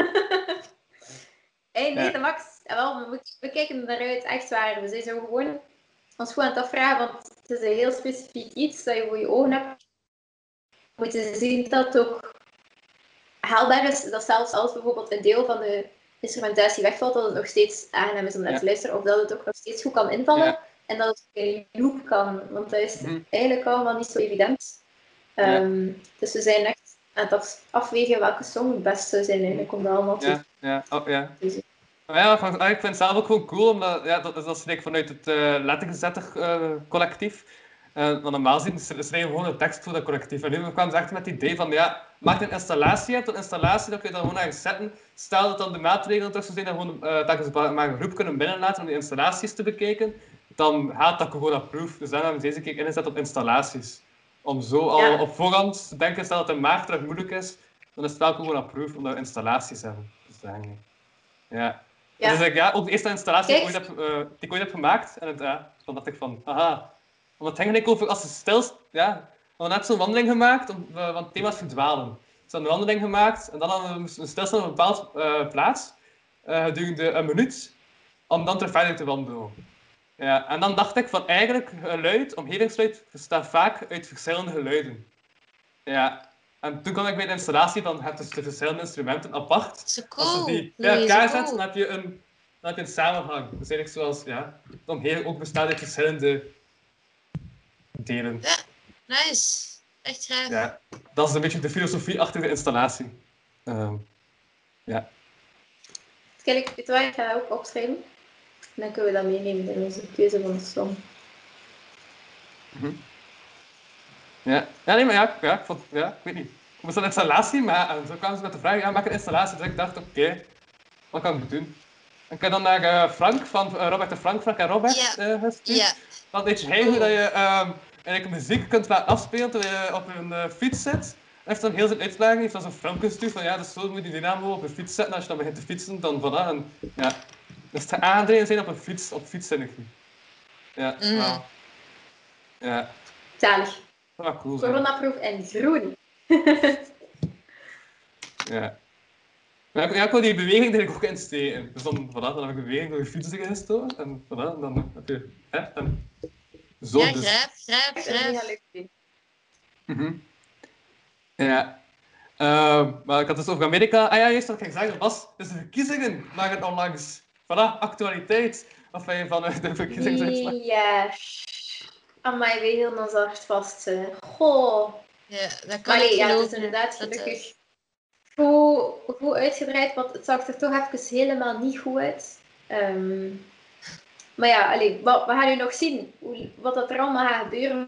Hey, nee, ja. Max. Wel, we, we kijken eruit, echt waar. We zijn zo gewoon ons goed aan het afvragen, want het is een heel specifiek iets dat je voor je ogen hebt. We moeten zien dat het ook haalbaar is. Dat zelfs als bijvoorbeeld een deel van de instrumentatie wegvalt, dat het nog steeds aangenaam is om naar ja. te luisteren. Of dat het ook nog steeds goed kan invallen. Ja. En dat het ook in loop kan. Want dat is hm. eigenlijk allemaal niet zo evident. Um, ja. Dus we zijn echt aan het afwegen welke song het beste zijn eigenlijk om dat allemaal te ja, ja, oh, ja. Dus, ja, ik vind het zelf ook gewoon cool, omdat ja, dat, dat is vanuit het uh, lettergezetter uh, collectief. Uh, want normaal gezien schrijven we gewoon een tekst voor dat collectief. En nu kwamen ze echt met het idee van, ja, maak een installatie hebt, een installatie, dan kun je dat gewoon ergens zetten. Stel dat dan de maatregelen tussen zijn, dat, gewoon, uh, dat je maar een groep kunnen binnenlaten om die installaties te bekijken, dan gaat dat gewoon approve. Dus dan hebben we deze keer ingezet op installaties. Om zo al ja. op voorhand te denken, stel dat het in maart terug moeilijk is, dan is het wel gewoon approve omdat we installaties hebben. Dus eigenlijk. Ja. Ja. Dus ik, ja, ook de eerste installatie die ik, ooit heb, uh, die ik ooit heb gemaakt, en het, uh, dan dacht ik van, aha. Want het ging eigenlijk over, als je stil, ja, we hadden net zo'n wandeling gemaakt, om, uh, want het thema is verdwalen. Dus we hadden een wandeling gemaakt, en dan hadden we stilstaan op een bepaalde uh, plaats, uh, gedurende een minuut, om dan terug verder te wandelen. Ja, en dan dacht ik van, eigenlijk, geluid, omgevingsgeluid, bestaat vaak uit verschillende geluiden. Ja. En toen kwam ik bij de installatie van, je hebt dus de verschillende instrumenten apart. Zo Als je cool. die bij Louis, elkaar zo zet, cool. dan heb je een, dan heb je een samenhang. Dus eigenlijk zoals, ja, dan heel ook bestaat uit verschillende delen. Ja, nice. Echt graag. Ja, dat is een beetje de filosofie achter de installatie. Um, ja. Kijk, weet je wat, ik ga dat ook opschrijven. Dan kunnen we dat meenemen in onze keuze van de song. Mm-hmm. Ja. ja, nee, maar ja, ja, ik, vond, ja, ik weet niet. Ik moest een installatie, maar en zo kwamen ze met de vraag, ja, maak een installatie. Dus ik dacht, oké, okay, wat kan ik doen? En ik heb dan naar uh, Frank, van uh, Robert de Frank, Frank en Robert, Ja. uh, gestuurd. Ja. Dan weet hij hoe dat je um, eigenlijk muziek kunt laten afspelen terwijl je op een uh, fiets zit. Hij heeft dan heel zijn uitleggen, heeft dan zo'n filmpje gestuurd van ja, dus zo moet je die dynamo op een fiets zetten. Als je dan begint te fietsen, dan voilà. En, ja. Dus te aandrijven zijn op een fiets, op fietsenergie. Ja, Mm. wow. Ja. Zalig. Dat cool zijn. Coronaproof en groen. Ja. Maar ik, ja, ik wil die beweging er ook in steken. Dus dan, voilà, dan heb ik beweging door je fiets erin gestoken. En voilà, dan heb je... Hè, en zo Ja, dus. grijp, grijp, Dat is mega grijp. leuk. Mm-hmm. Ja. Uh, maar ik had het over Amerika. Ah ja, juist wat ik ging zeggen was, dus de verkiezingen waren onlangs. Voilà, actualiteit. Of ben je van uh, de verkiezingsuitslag? Ja. Amai, we hielden ons hart vast. Hè. Goh. Ja, dat kan Maar ik nee, ja, het geloven. is inderdaad Dat, gelukkig uh, goed, goed uitgebreid, want het zag er toch even helemaal niet goed uit. Um, maar ja, allee, wat, we gaan nu nog zien hoe, wat dat er allemaal gaat gebeuren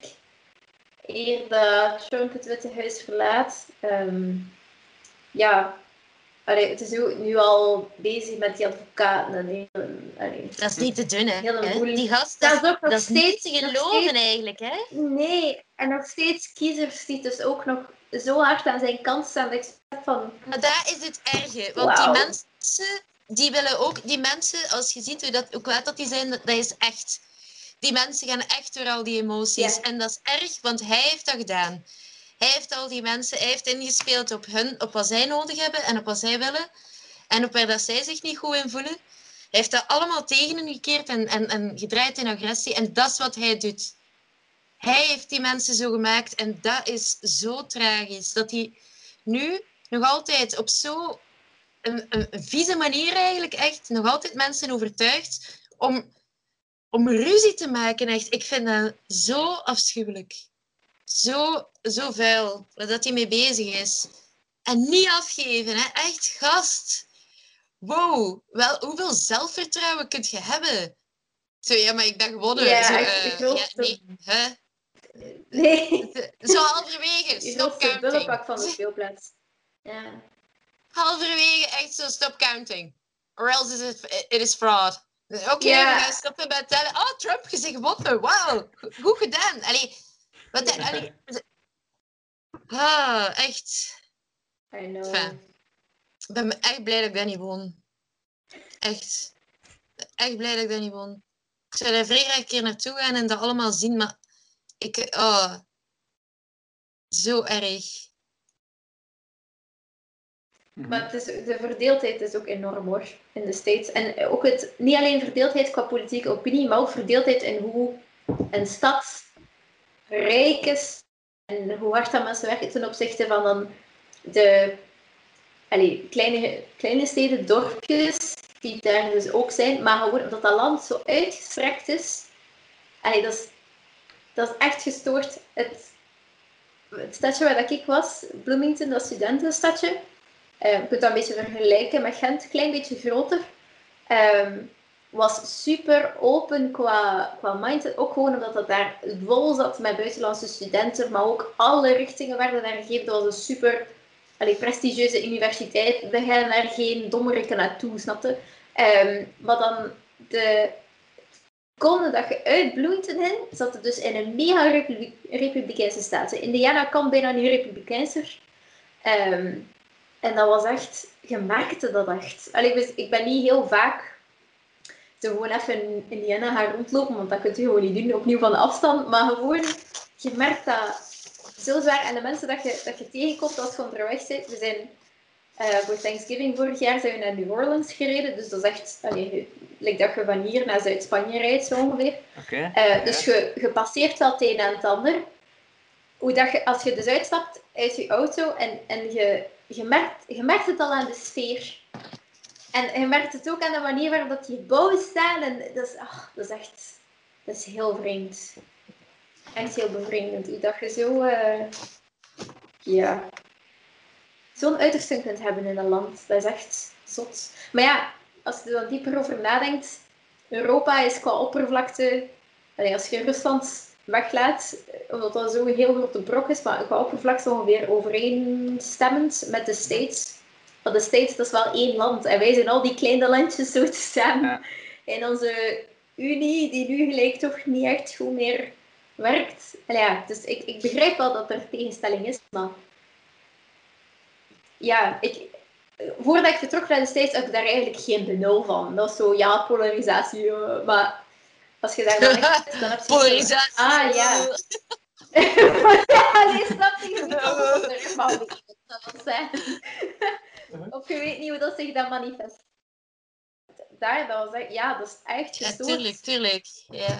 eer dat Trump het Witte Huis verlaat. Um, ja, allee, het is nu, nu al bezig met die advocaten. En heel, allee, dat is niet te doen, hè. Heel een boel. Die gast, Dat dat, is ook nog dat is niet steeds- te nog geloven steeds- eigenlijk, hè. nee, en nog steeds kiezers die dus ook nog zo hard aan zijn kant staan dat ik zeg van... Maar daar is het erge. Want Wauw. die mensen, die willen ook... Die mensen, als je ziet hoe, dat, hoe kwaad dat die zijn, dat, dat is echt... Die mensen gaan echt door al die emoties. Ja. En dat is erg, want hij heeft dat gedaan. Hij heeft al die mensen... Hij heeft ingespeeld op hun, op wat zij nodig hebben en op wat zij willen. En op waar dat zij zich niet goed in voelen. Hij heeft dat allemaal tegen hen gekeerd en, en, en gedraaid in agressie. En dat is wat hij doet. Hij heeft die mensen zo gemaakt en dat is zo tragisch. Dat hij nu nog altijd op zo een, een, een vieze manier eigenlijk echt nog altijd mensen overtuigt om, om ruzie te maken. Echt. Ik vind dat zo afschuwelijk. Zo, zo vuil dat hij mee bezig is. En niet afgeven, hè. Echt gast. Wow, wel, hoeveel zelfvertrouwen kun je hebben? Zo, ja, maar ik ben gewonnen. Ja, Zo, echt, uh, ik geloof ja, het nee, hè? Nee, Zo halverwege, je stop grootste bullenpak counting. van de speelplaats. Ja. Halverwege echt zo, stop counting. Or else is it, it is fraud. Oké, okay, Ja. we gaan stoppen met tellen. Oh, Trump, je zegt gewonnen. Wauw, goed gedaan. Allee, wat, allee. Ah, echt. I know. Enfin, ik ben echt blij dat ik dat niet won. Echt. Echt blij dat ik dat niet won. Ik zou daar vrij graag een keer naartoe gaan en dat allemaal zien, maar ik... Oh, zo erg. Maar het is, de verdeeldheid is ook enorm hoor, in de States. En ook het, niet alleen verdeeldheid qua politieke opinie, maar ook verdeeldheid in hoe een stad rijk is en hoe hard dat mensen werken ten opzichte van dan de allee, kleine, kleine steden, dorpjes, die daar dus ook zijn. Maar gewoon omdat dat land zo uitgestrekt is, allee, dat, is dat is echt gestoord. Het, het stadje waar dat ik was, Bloomington, dat studentenstadje, Uh, je kunt dat een beetje vergelijken met Gent, een klein beetje groter. Um, was super open qua, qua mindset. Ook gewoon omdat het daar vol zat met buitenlandse studenten. Maar ook alle richtingen werden daar gegeven. Dat was een super allee, prestigieuze universiteit. Daar gaan daar geen dommerikken naartoe, snapte? Um, maar dan de komende dag je uit Bloomington in, zat het dus in een mega republi republikeinse staat. Indiana kan bijna niet republikeinser. Um, En dat was echt, je merkte dat echt. Allee, ik ben niet heel vaak zo gewoon even in Indiana gaan rondlopen, want dat kun je gewoon niet doen, opnieuw van de afstand. Maar gewoon, je merkt dat zo zwaar. En de mensen dat je, dat je tegenkomt als je onderweg zit, we zijn uh, voor Thanksgiving vorig jaar zijn we naar New Orleans gereden. Dus dat is echt, allee, like dat je van hier naar Zuid-Spanje rijdt, zo ongeveer. Okay, uh, dus je, je passeert wel het een en het ander. hoe dat je, als je dus uitstapt uit je auto en, en je, je, merkt, je merkt het al aan de sfeer. En je merkt het ook aan de manier waarop dat die gebouwen staan. En dat is, ach, dat is echt dat is heel vreemd. Echt heel bevreemdend. Hoe dat je zo... Uh, ja... Zo'n uiterste kunt hebben in een land. Dat is echt zot. Maar ja, als je er dan dieper over nadenkt... Europa is qua oppervlakte... Allee, als je Rusland weglaat, omdat dat zo'n heel grote brok is, maar qua oppervlakte ongeveer overeenstemmend met de States. Want de States, dat is wel één land. En wij zijn al die kleine landjes zo te samen. Ja. In onze Unie, die nu gelijk toch niet echt goed meer werkt. En ja, dus ik, ik begrijp wel dat er tegenstelling is, maar... Ja, ik... Voordat ik vertrok naar de States, had ik daar eigenlijk geen benul van. Dat is zo, ja, polarisatie, maar... Als je daar dan echt... Dan heb je polarisatie. Zo... Ah, ja. Ja, nee, snap je niet wat er is, maar dat zijn. Of je weet niet hoe dat zich dan manifesteert. Daar, dat was echt... Ja, dat is echt gestoord. Ja, tuurlijk, tuurlijk. Ja.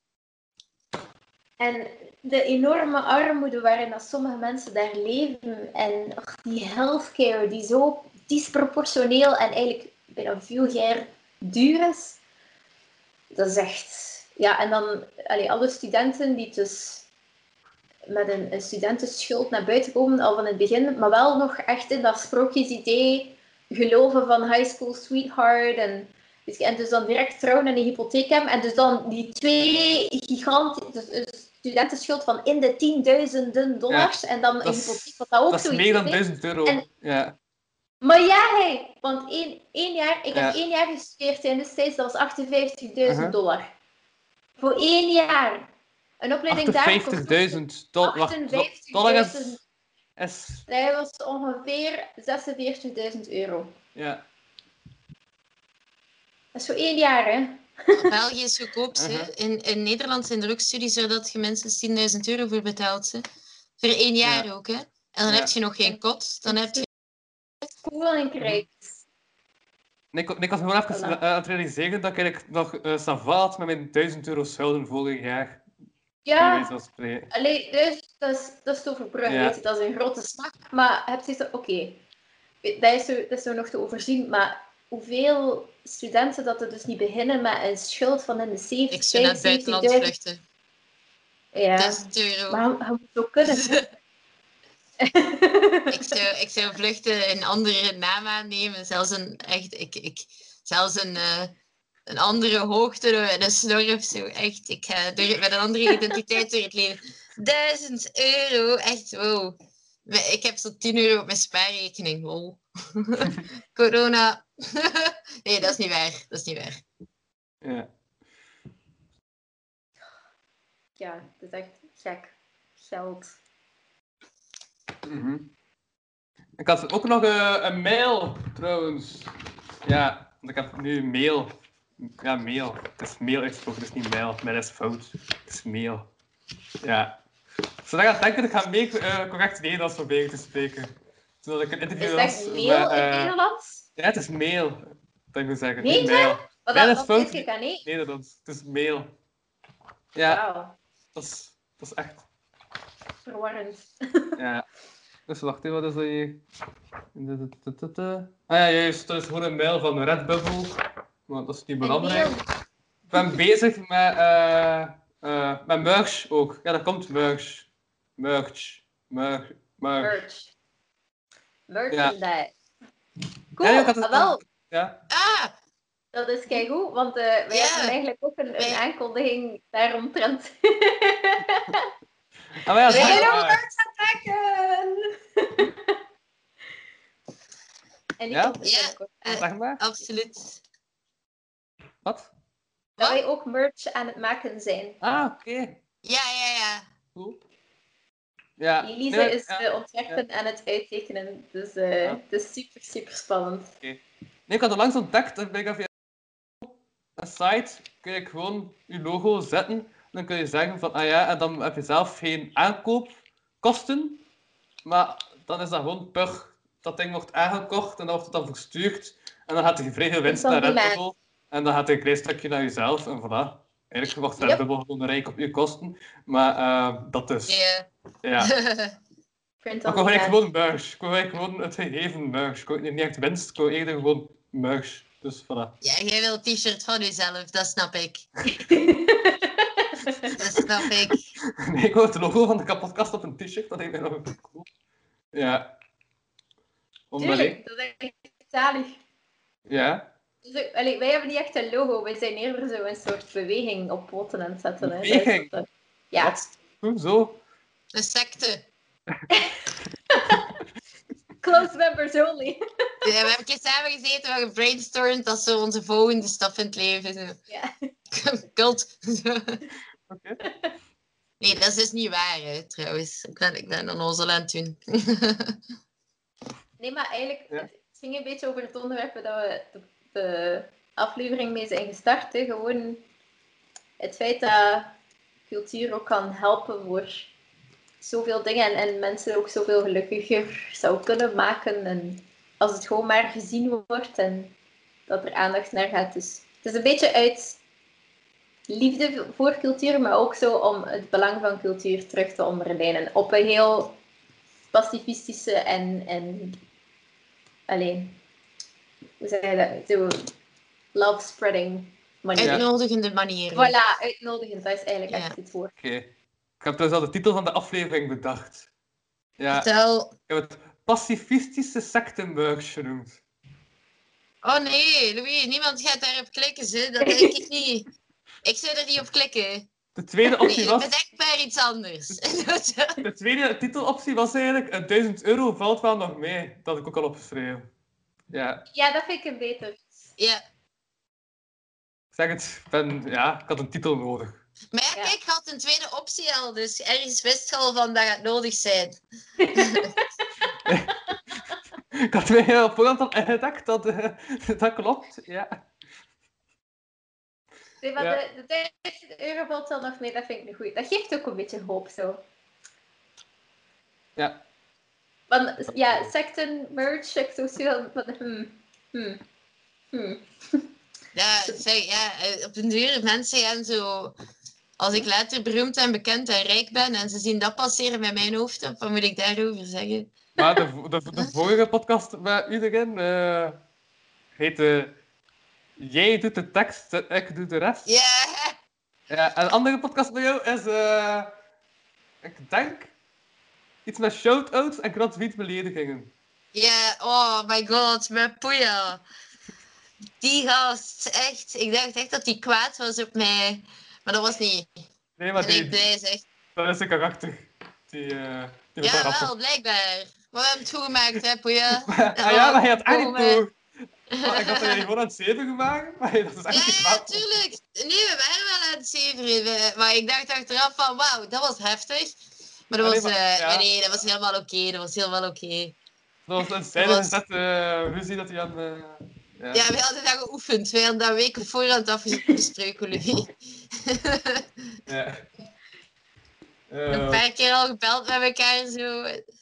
En de enorme armoede waarin dat sommige mensen daar leven en ach, die healthcare die zo disproportioneel en eigenlijk bijna vulgair duur is, dat is echt... Ja, en dan allee, alle studenten die dus met een, een studentenschuld naar buiten komen, al van het begin, maar wel nog echt in dat sprookjesidee geloven van high school sweetheart en... En dus dan direct trouwen en een hypotheek hebben. En dus dan die twee giganten... Dus een studentenschuld van in de tienduizenden dollars. Ja, en dan een hypotheek wat dat ook dat zo is meer dan duizend euro. En, ja. Maar ja, hey, want één, één jaar... Ik ja. heb één jaar gestudeerd in de States. Dat was achtenvijftigduizend uh-huh. dollar. Voor één jaar. Een opleiding daar kost... achtenvijftigduizend dollar is... is... Dat was ongeveer zesenveertigduizend euro. Ja. Dat is voor één jaar, hè. België is goedkoop, uh-huh. in, in Nederland zijn er ook studies waar dat je minstens tienduizend euro voor betaalt. Hè. Voor één jaar ja. ook, hè. En dan ja. heb je nog geen kot. Dan heb je... Cool en krijgt. Ik, ik was gewoon even voilà. aan het realiseren dat ik eigenlijk nog uh, savaat met mijn duizend euro schulden vorig jaar. Ja, allee, dus, dat is, dat is te overbruggen, ja. weet je, dat is een grote slag. Maar heb je oké, okay. dat, is zo, dat is zo nog te overzien, maar hoeveel studenten dat er dus niet beginnen met een schuld van in de zeventig, ik zou naar het buitenland vluchten. Ja, duizend euro. Maar je moet zo kunnen. ik, zou, ik zou vluchten een andere naam aannemen, zelfs een echt, ik, ik, zelfs een, uh, een andere hoogte en een snor of zo. Echt, ik ga door, met een andere identiteit door het leven. Duizend euro, echt wow. Ik heb zo tien euro op mijn spaarrekening, wow. Corona. Nee, dat is niet waar. Dat is niet waar. Ja. Ja, het is echt gek. Geld. Mm-hmm. Ik had ook nog uh, een mail, trouwens. Ja, want ik heb nu een mail. Ja, mail. Het is mail uitgesproken, het is niet mail. Maar dat is fout. Het is mail. Ja. Zodat ik aan het denken dat ik ga meer uh, correct Nederlands proberen te spreken. Zodat ik een interview was. Is dat mail met, uh, in het Nederlands? Ja, het is mail. Dat ik wil zeggen. Nee, niet mail. Wat ja, dat is fout. Ik aan nee. Nederlands. Het is mail. Ja. Wow. Dat is, dat is echt... Verwarrend. Ja. Dus wacht even, wat is dat hier? Ah ja, juist. Dat is gewoon een mail van Redbubble. Maar dat is niet belangrijk. Ik ben bezig met, uh, uh, met merch ook. Ja, dat komt merch. Merch. Merch. Merch. Merchandise. Ja. Cool, ja, het... ah, wel. Ja. Ah! Dat is keigoed, want uh, wij ja. hebben eigenlijk ook een, een aankondiging daaromtrent. Ah, ja, we zijn ook merch aan het maken! En ja, ja uh, zeg maar. Absoluut. Wat? Dat wij ook merch aan het maken zijn. Ah, oké. Okay. Ja, ja, ja. Cool. Ja. Elise nee, is ja. de ontwerpen ja. aan het uittekenen, dus uh, ja. het is super, super spannend. Okay. Nee, ik had er langs ontdekt, dat ben ik via een site, kun je gewoon je logo zetten, dan kun je zeggen van, ah ja, en dan heb je zelf geen aankoopkosten, maar dan is dat gewoon per, dat ding wordt aangekocht en dan wordt het dan verstuurd, en dan gaat er vrij veel winst naar Redbubble, en dan gaat er een klein stukje naar jezelf, en voilà. Eigenlijk wordt Redbubble yep. gewoon rijk op je kosten, maar uh, dat is... Yeah. Ja. Print Maar on ik wil eigenlijk demand. gewoon merch. Ik wil eigenlijk gewoon het gegeven merch. Ik wil niet echt winst, ik wil eerder gewoon merch. Dus voilà. Ja, jij wil een t-shirt van jezelf, dat snap ik. Dat snap ik. Nee, ik wil het logo van de kapotkast op een t-shirt, dat lijkt mij nog cool. Ja. Omdat ik... Tuurlijk, dat is echt zalig. Ja. Dus, ook- allee, wij hebben niet echt een logo, wij zijn eerder zo een soort beweging op poten aan het zetten. Hè. Dat is Beweging? wat, eh, ja. Wat? Hoezo? Een secte. Close members only. Ja, we hebben een keer samen gezeten, we hebben gebrainstormd, dat is zo onze volgende stap in het leven. Zo. Ja. Cult. Oké. Nee, dat is dus niet waar, hè, trouwens. Ik ben, ik ben onnozel aan het doen. Nee, maar eigenlijk, Ja. het ging een beetje over het onderwerp dat we de, de aflevering mee zijn gestart. Hè. Gewoon het feit dat cultuur ook kan helpen voor zoveel dingen en, en mensen ook zoveel gelukkiger zou kunnen maken. En als het gewoon maar gezien wordt en dat er aandacht naar gaat. Dus het is een beetje uit liefde voor cultuur, maar ook zo om het belang van cultuur terug te onderlijnen. Op een heel pacifistische en, en alleen, hoe zeg je dat? Zo love spreading manier. Uitnodigende manier. Voilà, uitnodigend, dat is eigenlijk Ja. echt het woord. Oké. Ik heb dus al de titel van de aflevering bedacht. Ja, Vertel. ik heb het pacifistische sectenmerch genoemd. Oh nee, Louis, niemand gaat daarop klikken, ze. Dat denk ik niet. Ik zou er niet op klikken. De tweede optie Nee, was... bedenk maar iets anders. De tweede titeloptie was eigenlijk een duizend euro valt wel nog mee. Dat had ik ook al opgeschreven. Ja, Ja, dat vind ik een beter. Ja. ik zeg het. Ik ben, ja, ik had een titel nodig. Maar ja, Ja. kijk, ik had een tweede optie al, dus ergens wist je al van dat gaat nodig zijn. Ik had mij op voorhand al ingedacht dat eh, dat klopt. Ja. Nee, maar Ja. de, de duizend euro valt wel nog mee, dat vind ik een goeie. Dat geeft ook een beetje hoop zo. Ja. Want ja, secten, merch, ik zo veel van hmm, hmm, hmm. Ja, zeg, ja, eh, op den duur, mensen gaan zo... Als ik later beroemd en bekend en rijk ben en ze zien dat passeren met mijn hoofd op, wat moet ik daarover zeggen? Maar de, de, de vorige podcast met iedereen uh, heette Jij doet de tekst, ik doe de rest. Ja! Ja, en een andere podcast bij jou is, uh, ik denk, iets met shout-outs en gratuitbeledigingen. Ja, oh my god, mijn poeja. Die gast, echt. Ik dacht echt dat hij kwaad was op mij. Maar dat was niet. Nee, maar En die, ik blij zeg. dat is een karakter. Die, uh, die Ja, wel, wel, blijkbaar. Maar we hebben het goed gemaakt, hè, poeja. ah ja, maar je had echt niet Oh, door. Maar ik dacht dat jullie gewoon aan het zeven gemaakt, maar dat is echt niet Ja, kwaad. tuurlijk. Nee, we waren wel aan het zeveren. Maar ik dacht achteraf van, wauw, dat was heftig. Maar dat Ah, nee, was, maar- eh, ja. maar nee, dat was helemaal oké. Dat was helemaal oké. Dat was een zijde was- gezet uh, ruzie dat hij aan... Uh, ja. Ja, we hadden dat geoefend. We hadden dat weken voorhand afgesproken, Louis. ja. Een Uh, paar keer al gebeld met elkaar zo.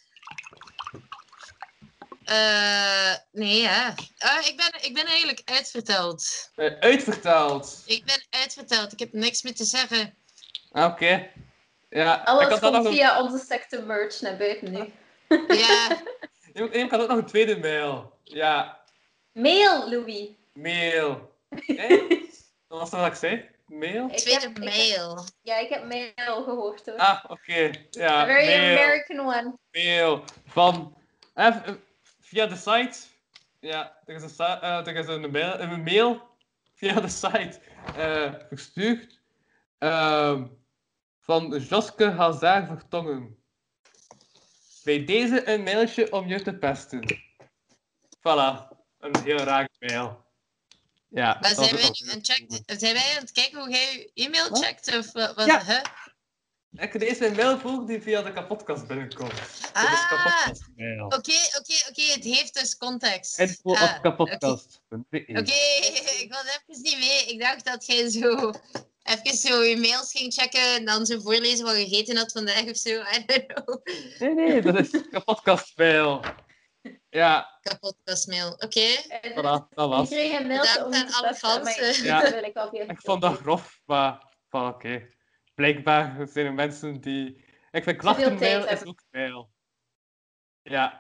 Eh, nee, ja. Ah, ik, ben, ik ben eigenlijk uitverteld. uh, uitvertaald. Ik ben uitverteld. Ik heb niks meer te zeggen. Ah, oké. Okay. Ja, ik Alles had dan komt nog een... via onze secte merch naar buiten nu. Ja, Ik ik had ook nog een tweede mail. Ja, Mail, Louis. mail. Hey? Dat was toch wat ik zei? Mail? Ik tweede heb- ik heb- mail. Ja, ik heb mail gehoord hoor. Ah, oké. Okay. Ja, A very mail. American one. Mail. Van... Eh, via de site. Ja, er is een, sa- uh, er is een, mail, een mail via de site uh, verstuurd. Uh, van Joske Hazard Vertongen. Bij deze een mailtje om je te pesten. Voilà. Een heel raar mail. Ja, Maar dat was zijn wij, ook nu al- aan het checken- zijn wij aan het kijken hoe jij je e-mail Wat? checkt? Of wat? wat Ja. hè? Ik lees een mail voor die via de kapotkast binnenkomt. Ah. Dat is kapotkastmail. Oké, oké, oké. Het heeft dus context. Info Ah, op kapotkast. Oké, ik was even niet mee. Ik dacht dat jij zo even zo je mails ging checken en dan zo voorlezen wat je gegeten had vandaag of zo. I don't know. Nee, nee, dat is kapotkastmail. Ja, Kapotkastmail. Oké. Eh, voilà, dat Ik was. kreeg een mailtje Bedankt om aan te alle testen, fans, maar eh. Ja. dat wil ik al via Ik vond dat grof, maar van oké. Blijkbaar zijn er mensen die Ik vind Te veel tijd klachtenmail is hebben. ook mail. Ja.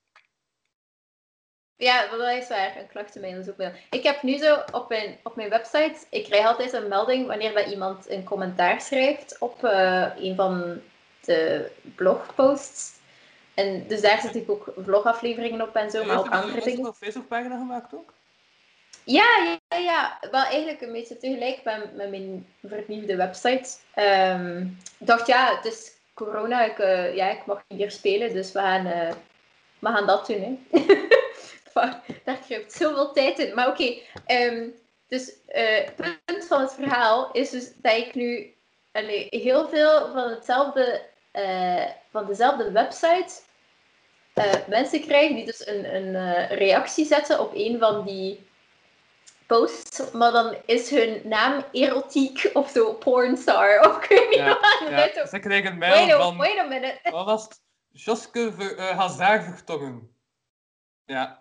Ja, dat is waar. Een klachtenmail is ook wel. Ik heb nu zo op mijn, op mijn website, ik krijg altijd een melding wanneer dat iemand een commentaar schrijft op uh, een van de blogposts. En dus daar zet ik ook vlogafleveringen op en zo, Ja, maar ook heb je andere een dingen. een Facebookpagina gemaakt ook? Ja, ja, ja. Wel eigenlijk een beetje tegelijk met, met mijn vernieuwde website. Um, ik dacht, ja, het is corona, ik, uh, ja, ik mag niet meer spelen, dus we gaan, uh, we gaan dat doen. Hè. Daar kruipt zoveel tijd in. Maar oké, okay, um, dus uh, het punt van het verhaal is dus dat ik nu allee, heel veel van hetzelfde, uh, van dezelfde website uh, mensen krijg die dus een, een uh, reactie zetten op een van die posts, maar dan is hun naam erotiek of zo, pornstar, of ik weet niet Ja, wat. ja. Dus ik kreeg een mail wait a, van... Wait a minute. Wat was het? Joske Ver, uh, Hazard Vertongen. Ja.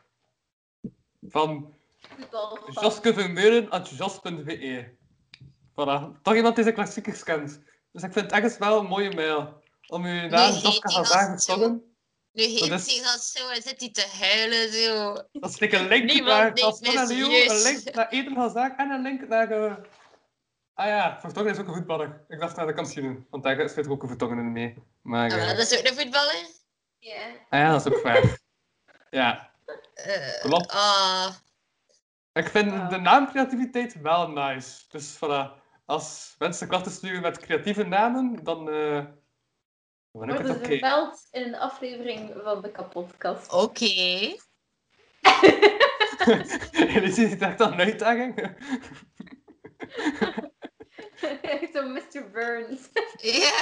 Van Joske Vermeulen at jos punt b e. Voilà. Toch iemand die zijn klassiekers kent. Dus ik vind het echt wel een mooie mail. Om uw naam Joske Hazard Vertongen... Nu heeft hij dat zo en zit hij te huilen zo. Dat is een link Niemand naar neemt Gaston en Leo, een serieus. link naar Eden Hazard en een link naar... Uh... Ah ja, Vertongen is ook een voetballer. Ik dacht naar de kantine, want daar zit er ook een Vertongen in mee. Maar, uh... ah, dat is ook een voetballer? Ja. Yeah. Ah ja, dat is ook waar. Ja. Uh, Klopt. Uh... Ik vind wow. de naamcreativiteit wel nice. Dus voilà, als mensen klachten sturen met creatieve namen, dan... Uh... Dan wordt het oké. vermeld in een aflevering van de kapotkast. Oké. Okay. Jullie zien het echt aan een uitdaging. Zo mister Burns. Ja.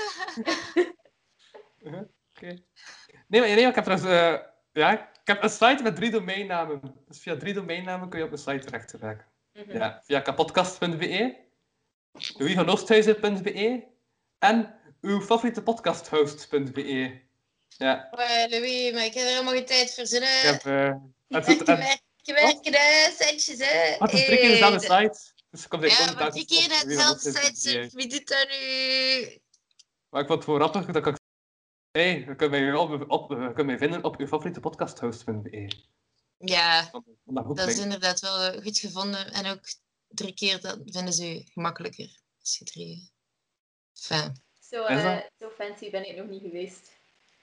uh, Oké. Okay. Nee, maar nee, ik heb trouwens... Uh, ja, ik heb een site met drie domeinnamen. Dus via drie domeinnamen kun je op mijn site terecht raken. Mm-hmm. Ja, via kapotkast punt b e, louis van oosthuizen punt b e en uw favoriete podcasthost punt b e. Ja. Oh, Louis, maar ik heb er helemaal geen tijd voor zinnen. Ik heb... Uh, het, het, werken, werken, hè. Centjes, hè. Het is drie keer dezelfde site. Dus komt ja, maar drie keer dezelfde site. Wie doet dat nu? Maar ik vond het wel grappig dat ik... Hé, hey, we kunnen mij, op, op, we kunnen mij vinden op uw favoriete podcasthost punt b e. Ja, dat, dat, dat is inderdaad wel goed gevonden. En ook drie keer dat vinden ze u gemakkelijker. Als je drie... Enfin. Zo, uh, zo fancy ben ik nog niet geweest.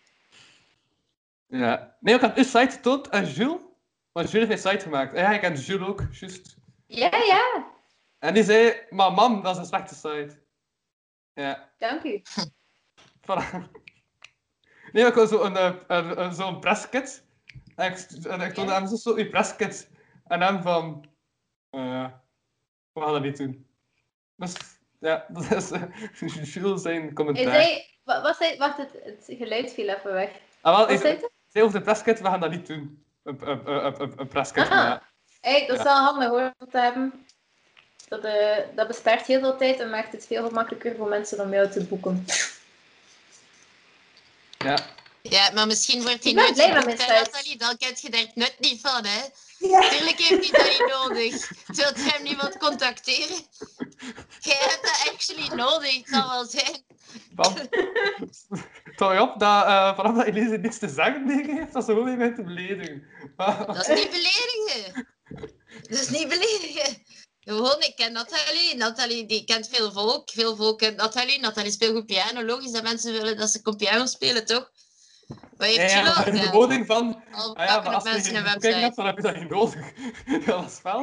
Ja. Nee, ik had uw site getoond aan Jules. Want Jules heeft mijn site gemaakt. Ja, ik ken Jules ook, juist. Ja, ja. En die zei, maar mam, dat is een slechte site. Ja. Dank u. Voilà. Nee, ik had zo'n een, een, een, zo presskit. En ik, en ik toonde hem zo uw presskit. En hem van... Uh, we gaan dat niet doen. Dus, ja, dat is uh, Jules zijn commentaar. Hij wat, wat zei... Wacht, het, het geluid viel even weg. Ah, wel, wat zei het? zei over de presskit, we gaan dat niet doen. Een, een, een, een, een presskit, ah, maar ja. Hey, dat is ja. wel handig hoor, om te hebben. Dat, uh, dat bespaart heel veel tijd en maakt het veel makkelijker voor mensen om jou te boeken. Ja. Ja, maar misschien wordt hij nooit geboekt, hè, Nathalie? Dan kent je daar het nut niet van, hè? Ja. Tuurlijk heeft hij dat niet nodig. Zult je hem niemand contacteren? Jij hebt dat actually nodig, het zal wel zijn. Tel je op dat uh, vanaf dat Elise niets te zeggen tegen heeft, dat ze gewoon even te beledigen. Dat is niet beledigen. Dat is niet beledigen. Gewoon, ik ken Nathalie. Nathalie die kent veel volk. Veel volk kent Nathalie. Nathalie speelt goed piano. Logisch dat mensen willen dat ze kon piano spelen, toch? Wat heeft ja, ja, je de bewoning van... Al ah, ja, maar als mensen je een geen website hebt, dan heb je dat niet nodig. Ja, dat is wel.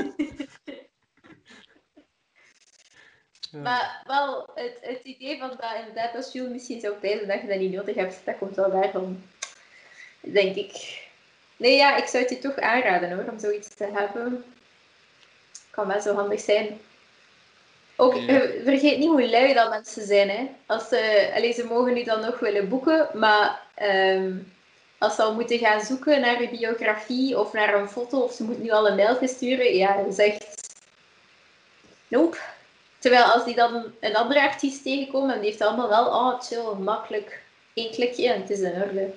Ja. Maar wel, het, het idee van dat inderdaad als Jules misschien zou pijzen dat je dat niet nodig hebt, dat komt wel daarvan, denk ik. Nee, ja, ik zou het je toch aanraden hoor, om zoiets te hebben. Kan wel zo handig zijn. Ook, ja. Vergeet niet hoe lui dat mensen zijn, hè. Als ze, allez, ze mogen nu dan nog willen boeken, maar um, als ze al moeten gaan zoeken naar je biografie of naar een foto, of ze moeten nu al een mail sturen, ja, dat is echt... Nope. Terwijl als die dan een andere artiest tegenkomen, en die heeft allemaal wel, oh chill, makkelijk, één klikje en het is in orde.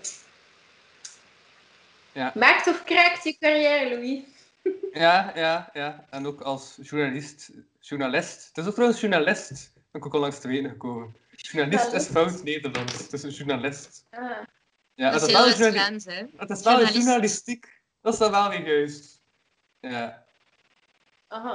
Ja. Maakt of kraakt je carrière, Louis. Ja, ja, ja. En ook als journalist, journalist. Het is ook trouwens journalist, ben ik ook al langs te weten gekomen. Journalist is fout Nederlands. Het is een journalist. Ah. Ja, Dat het is is wel heel een journali- West-Vlaams, hè. het is wel een Journalist. journalistiek. Dat is dan wel niet juist. Ja, Aha.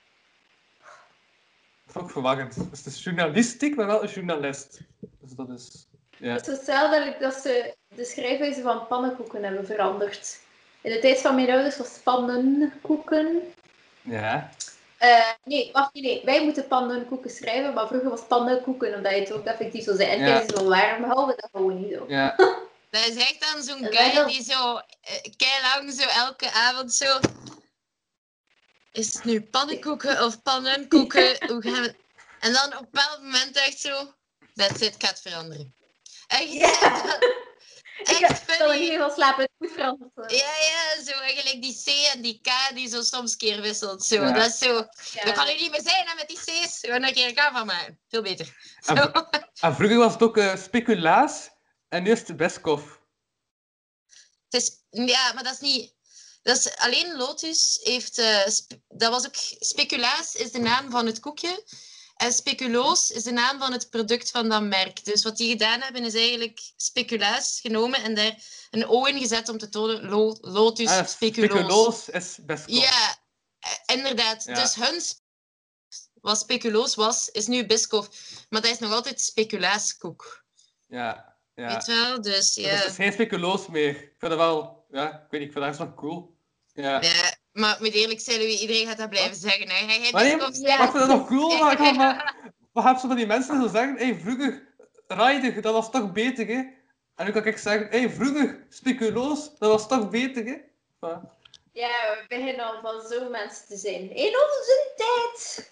dat is ook verwarrend. Dus het is journalistiek, maar wel een journalist. Dus dat is... Ja. Het is hetzelfde dat ze de schrijfwijze van pannenkoeken hebben veranderd. In de tijd van mijn ouders was pannenkoeken. Ja. Uh, nee, wacht, nee, nee. Wij moeten pannenkoeken schrijven, maar vroeger was pannenkoeken, omdat je het ook effectief zo zei. En Ja. het is zo warm houden, dat gewoon niet zo. Ja. Dat is echt dan zo'n En guy wij die zo uh, keilang zo elke avond zo... Is het nu pannenkoeken of pannenkoeken? Hoe gaan we... En dan op een bepaald moment echt zo... That's it, ik ga het veranderen. Echt, Ja. echt Ik kan er funny. niet meer van slapen, het moet veranderd worden. Ja, ja, zo eigenlijk die C en die K die zo soms keer wisselt. Zo. Ja. Dat is zo... Ja. Dat kan er niet meer zijn hè, met die C's. Gewoon een keer een K van maken. Veel beter. Zo. En, en vroeger was het ook uh, speculaas en nu is het Beskov. Het is, ja, maar dat is niet... Dat is, alleen Lotus heeft... Uh, spe, dat was ook... Speculaas is de naam van het koekje. En speculoos is de naam van het product van dat merk. Dus wat die gedaan hebben, is eigenlijk speculaas genomen en daar een O in gezet om te tonen lo, Lotus Ah, speculoos. Speculoos is Beskov. Ja, uh, inderdaad. Ja. Dus hun sp- wat speculoos was, is nu Biscoff. Maar dat is nog altijd speculaaskoek. Ja. Ja. Weet wel? Dus ja. Dus het is geen speculoos meer. Ik vind dat wel... Ja, ik weet niet, ik vind dat echt wel cool. Ja. Ja, maar ik moet eerlijk zijn, Louis, iedereen gaat dat blijven zeggen. Hè. Ga jij Maar nee, Biscoff ja. maar ik vind dat nog cool, maar ik ga Ja. maar... Wat hebben ze van die mensen zo zeggen? Hé, hey, vroeger, Raider, dat was toch beter, hè? En nu kan ik zeggen, hé, hey, vroeger, speculoos, dat was toch beter, hè? Ja. Ja, we beginnen al van zo'n mensen te zijn. In onze tijd!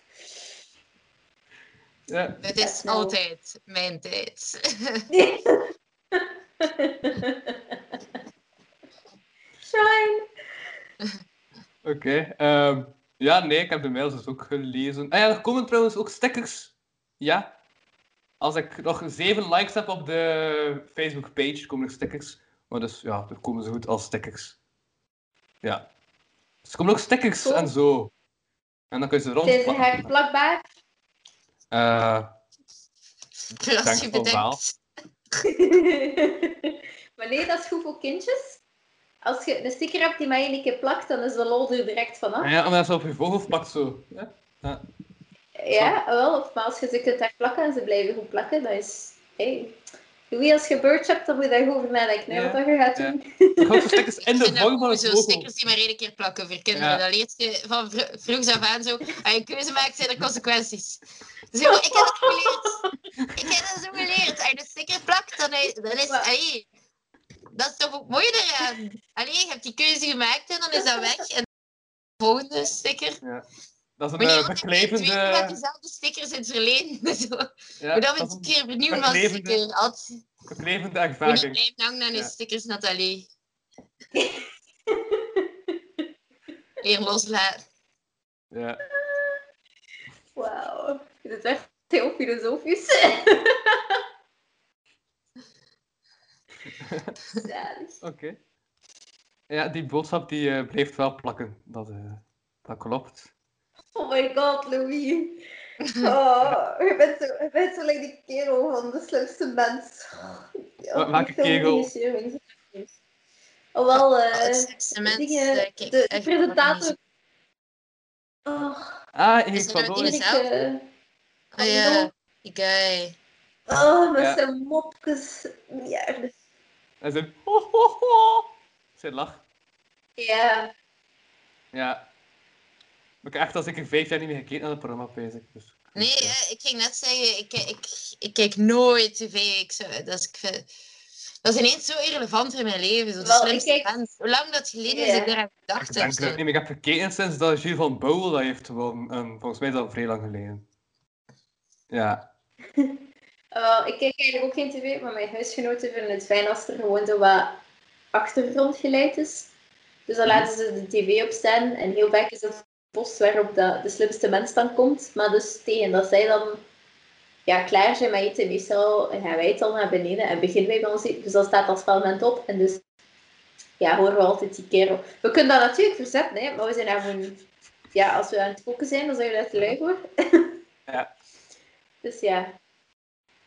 Ja. Het Dat is is nou- altijd mijn tijd. Shine! Oké. Okay, um, ja, nee, ik heb de mails dus ook gelezen. Ah ja, er komen trouwens ook stickers. Ja. Als ik nog zeven likes heb op de Facebook-page, komen er stickers. Maar dus, ja, er komen zo goed als stickers. Ja. Dus er komen ook stickers Cool. en zo. En dan kun je ze rond. Zijn ze herplakbaar? Uh, Als je denk van wel. bedenkt. Maar nee, dat is goed voor kindjes. Als je een sticker hebt die maar één keer plakt, dan is de lol er direct vanaf. Ja, omdat ze op je vogel plakt zo. Ja. Ja. Ja, wel. Of maar als je ze kunt herplakken en ze blijven goed plakken, dat is... Hey. Louis, als je birds hebt, dan moet je daar goed over nadenken, hè, Ja, wat je gaat ja. doen. Dan gaan ze stickers in Ik de vind dat vorm van goed, het zo vogel. stickers die maar één keer plakken voor kinderen. Ja. Dat leert je van vro- vroegs af aan zo. Als je een keuze maakt, zijn er consequenties. Zo, ik heb dat geleerd. Ik heb dat zo geleerd. Als je een sticker plakt, dan is... Dan is Maar- allee, dat is toch ook mooi eraan. Allee, je hebt die keuze gemaakt en dan is dat weg. En de volgende sticker... Ja. Dat is Maar een niet uh, altijd twee keer met beklevende... dezelfde stickers in het verleden. Zo. Ja, Maar dat dat we is een een keer vernieuwen van beklevende- sticker. Altijd... beklevende Moet niet ervaring. blijven hangen aan je Ja. stickers, Nathalie. Eer loslaten. Ja. Wauw. Dit is echt heel filosofisch. Zalig. Oké. Okay. Ja, die boodschap die uh, blijft wel plakken. Dat, uh, dat klopt. Oh my god, Louis. Oh, je bent zo, je bent zo like die kerel van de slimste mens. Wat- welke kerel? Oh, wel, Oh, eh slimste mens, dingen, eh, kijk, de, de echt presentator. Oh, Ah, Is Erik er van een Looy. Erik? Erik, eh, Oh ja, die guy. oh, met Ja. zijn mopjes. Ja, En zijn ho, ho, ho. Zijn lach. ja. Ja. Maar ik heb echt al zeker vijf jaar niet meer gekeken naar het programma, bezig. Dus, Nee, ja. hè, ik ging net zeggen, ik, ik, ik kijk nooit tv. Ik, zou- dat, is, ik vind, dat is ineens zo irrelevant in mijn leven. Zo de Wel, ik slimste kijk- mens. Hoe lang dat geleden is Ja. dat ik daaraan Ik gedacht heb. denk dat zo. ik niet meer heb gekeken sinds dat Gilles van Bouwel dat heeft gewonnen. En volgens mij is dat vrij lang geleden. Ja. Uh, ik kijk eigenlijk ook geen tv, maar mijn huisgenoten vinden het fijn als er gewoon zo wat achtergrondgeluid is. Dus dan laten ze de tv opstaan en heel vaak is dat een post waarop dat de slimste mens dan komt. Maar dus tegen dat zij dan ja, klaar zijn met eten, meestal gaan wij het al naar beneden en beginnen wij met ons eten. Dus dan staat dat spelment op en dus ja, horen we altijd die kerel. We kunnen dat natuurlijk verzetten, hè, maar we zijn daar gewoon... Ja, als we aan het koken zijn, dan zou je dat te lui voor. Ja. Dus ja.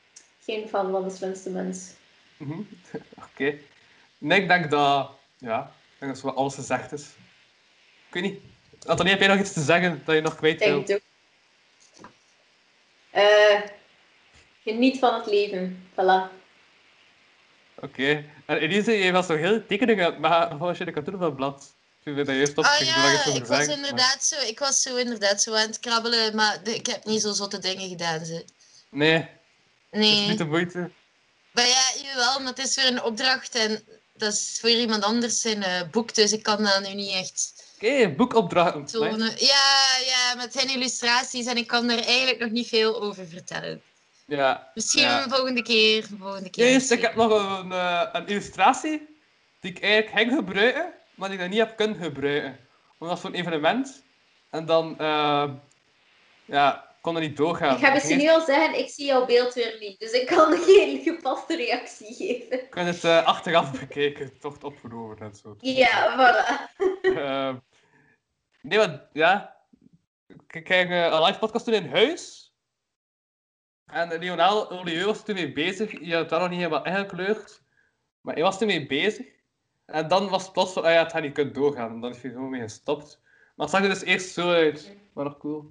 geen fan van de slimste mens. Mm-hmm. Oké. Okay. Nee, ik denk dat... Ja, ik denk dat zo alles gezegd is. Ik weet niet. Antonie, heb jij nog iets te zeggen dat je nog kwijt wil? Ik denk het ook. Uh, geniet van het leven. Voilà. Oké. Okay. En Elise, je was nog heel tekeningen, maar wat was je de cartoon van het blad? Toen we dat eerst opgingen, ah, ja, ik, ik was zeggen, inderdaad maar... zo, ik was zo inderdaad zo aan het krabbelen, maar de, ik heb niet zo zotte dingen gedaan. Ze. Nee. Nee. Het is niet de moeite. Maar ja, jawel, maar het is weer een opdracht en dat is voor iemand anders zijn uh, boek, dus ik kan dat nu niet echt... Oké, okay, boekopdrachten. Tonen. Nice. Ja, ja, met zijn illustraties en ik kan daar eigenlijk nog niet veel over vertellen. Ja. Misschien ja. een volgende keer. Een volgende keer Eerst, ik heb nog een, uh, een illustratie die ik eigenlijk ging gebruiken, maar die ik nog niet heb kunnen gebruiken. Want dat was zo'n evenement. En dan, uh, ja, kon er niet doorgaan. Ik ga misschien nu al zeggen, ik zie jouw beeld weer niet. Dus ik kan geen gepaste reactie geven. Ik kan het uh, achteraf bekijken, toch opgenomen en zo. Ja, voilà. uh, nee, maar ja. Ik ging uh, een live podcast doen in huis. En Lionel Olieu was toen mee bezig. Je had daar nog niet helemaal ingekleurd. Maar hij was toen mee bezig. En dan was het plots van, ah ja, het gaat niet kunnen doorgaan. En dan is hij gewoon mee gestopt. Maar het zag er dus eerst zo uit. Maar nog cool.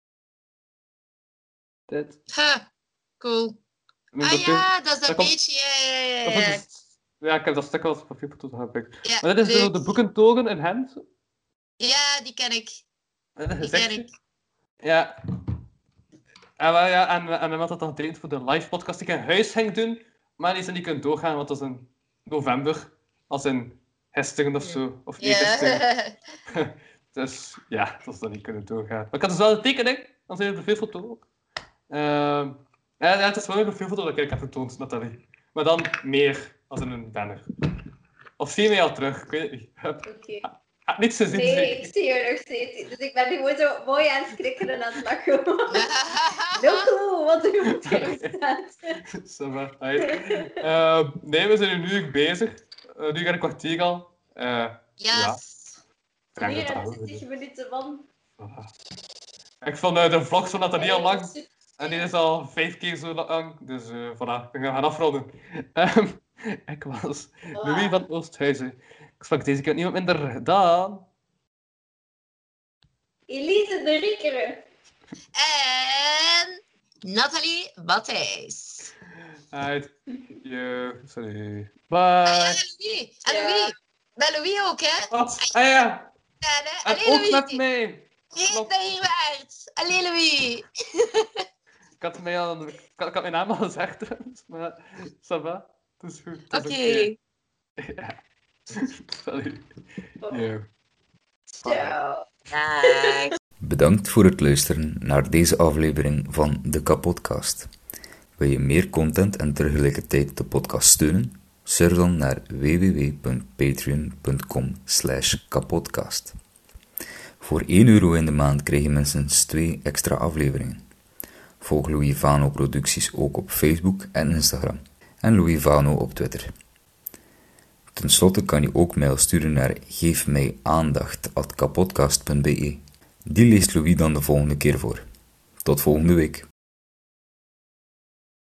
Dit. Ha, cool. Ah dat ja, dat is dat, dat beetje... Ja, ja, ja. Is, ja, ik heb dat stuk als papierfoto gehad. Ja, maar dit is zo de boekentogen in hand. Ja, die ken ik. Die ken ik. Ja. En, uh, ja, en, en we hadden dat dan getraind voor de live podcast die ik in huis ging doen. Maar die is niet kunnen doorgaan, want dat is in november. Als in gisteren of zo. Of niet gisteren. Dus ja, dat is dan niet kunnen doorgaan. Maar ik had dus wel een tekening. Dan zijn we op de profielfoto ook. Uh, ja, ja, het is wel een profielfoto dat ik heb getoond, Nathalie. Maar dan meer als in een banner. Of zie je mij al terug? Ik weet het niet. Oké. Okay. Ah, niets te zien. Nee, zeker. ik zie je nog steeds. Dus ik ben nu gewoon zo mooi aan het skrikken en aan het lachen. No clue wat er op het staat. uh, nee, we zijn nu bezig. Uh, nu ga ik een kwartier al. Uh, yes. Ja. negenentwintig minuten van. Ik vond uh, de vlog van Nathalie al lang. En die is al vijf keer zo lang. Dus uh, voilà, we gaan afronden. Um, ik was voilà. Louis van Oosthuizen. Ik sprak deze keer niemand minder dan... Elise de Riekeren. En... Nathalie Matthijs. Uit. Yo, sorry. Bye. Ah, ja, Louis. En Louis. Ja. Bij Louis ook, hè? Wat? Ah ja. Ja, en ook Louis. Met mij. Heet dat hier waard. Allee, Louis. ik, had mij al, ik, had, ik had mijn naam al gezegd, maar ça va. Het is goed. Oké. Okay. Ja. Salut. Oh. Yo. Ciao. Dag. Bedankt voor het luisteren naar deze aflevering van de Kapodcast. Wil je meer content en tegelijkertijd de podcast steunen? Surf dan naar w w w punt patreon punt com slash kapodcast. Voor één euro in de maand krijg je minstens twee extra afleveringen. Volg Louis Vano Producties ook op Facebook en Instagram. En Louis Vano op Twitter. Ten slotte kan je ook mail sturen naar geefmijaandacht at kapodcast punt b e. Die leest Louis dan de volgende keer voor. Tot volgende week.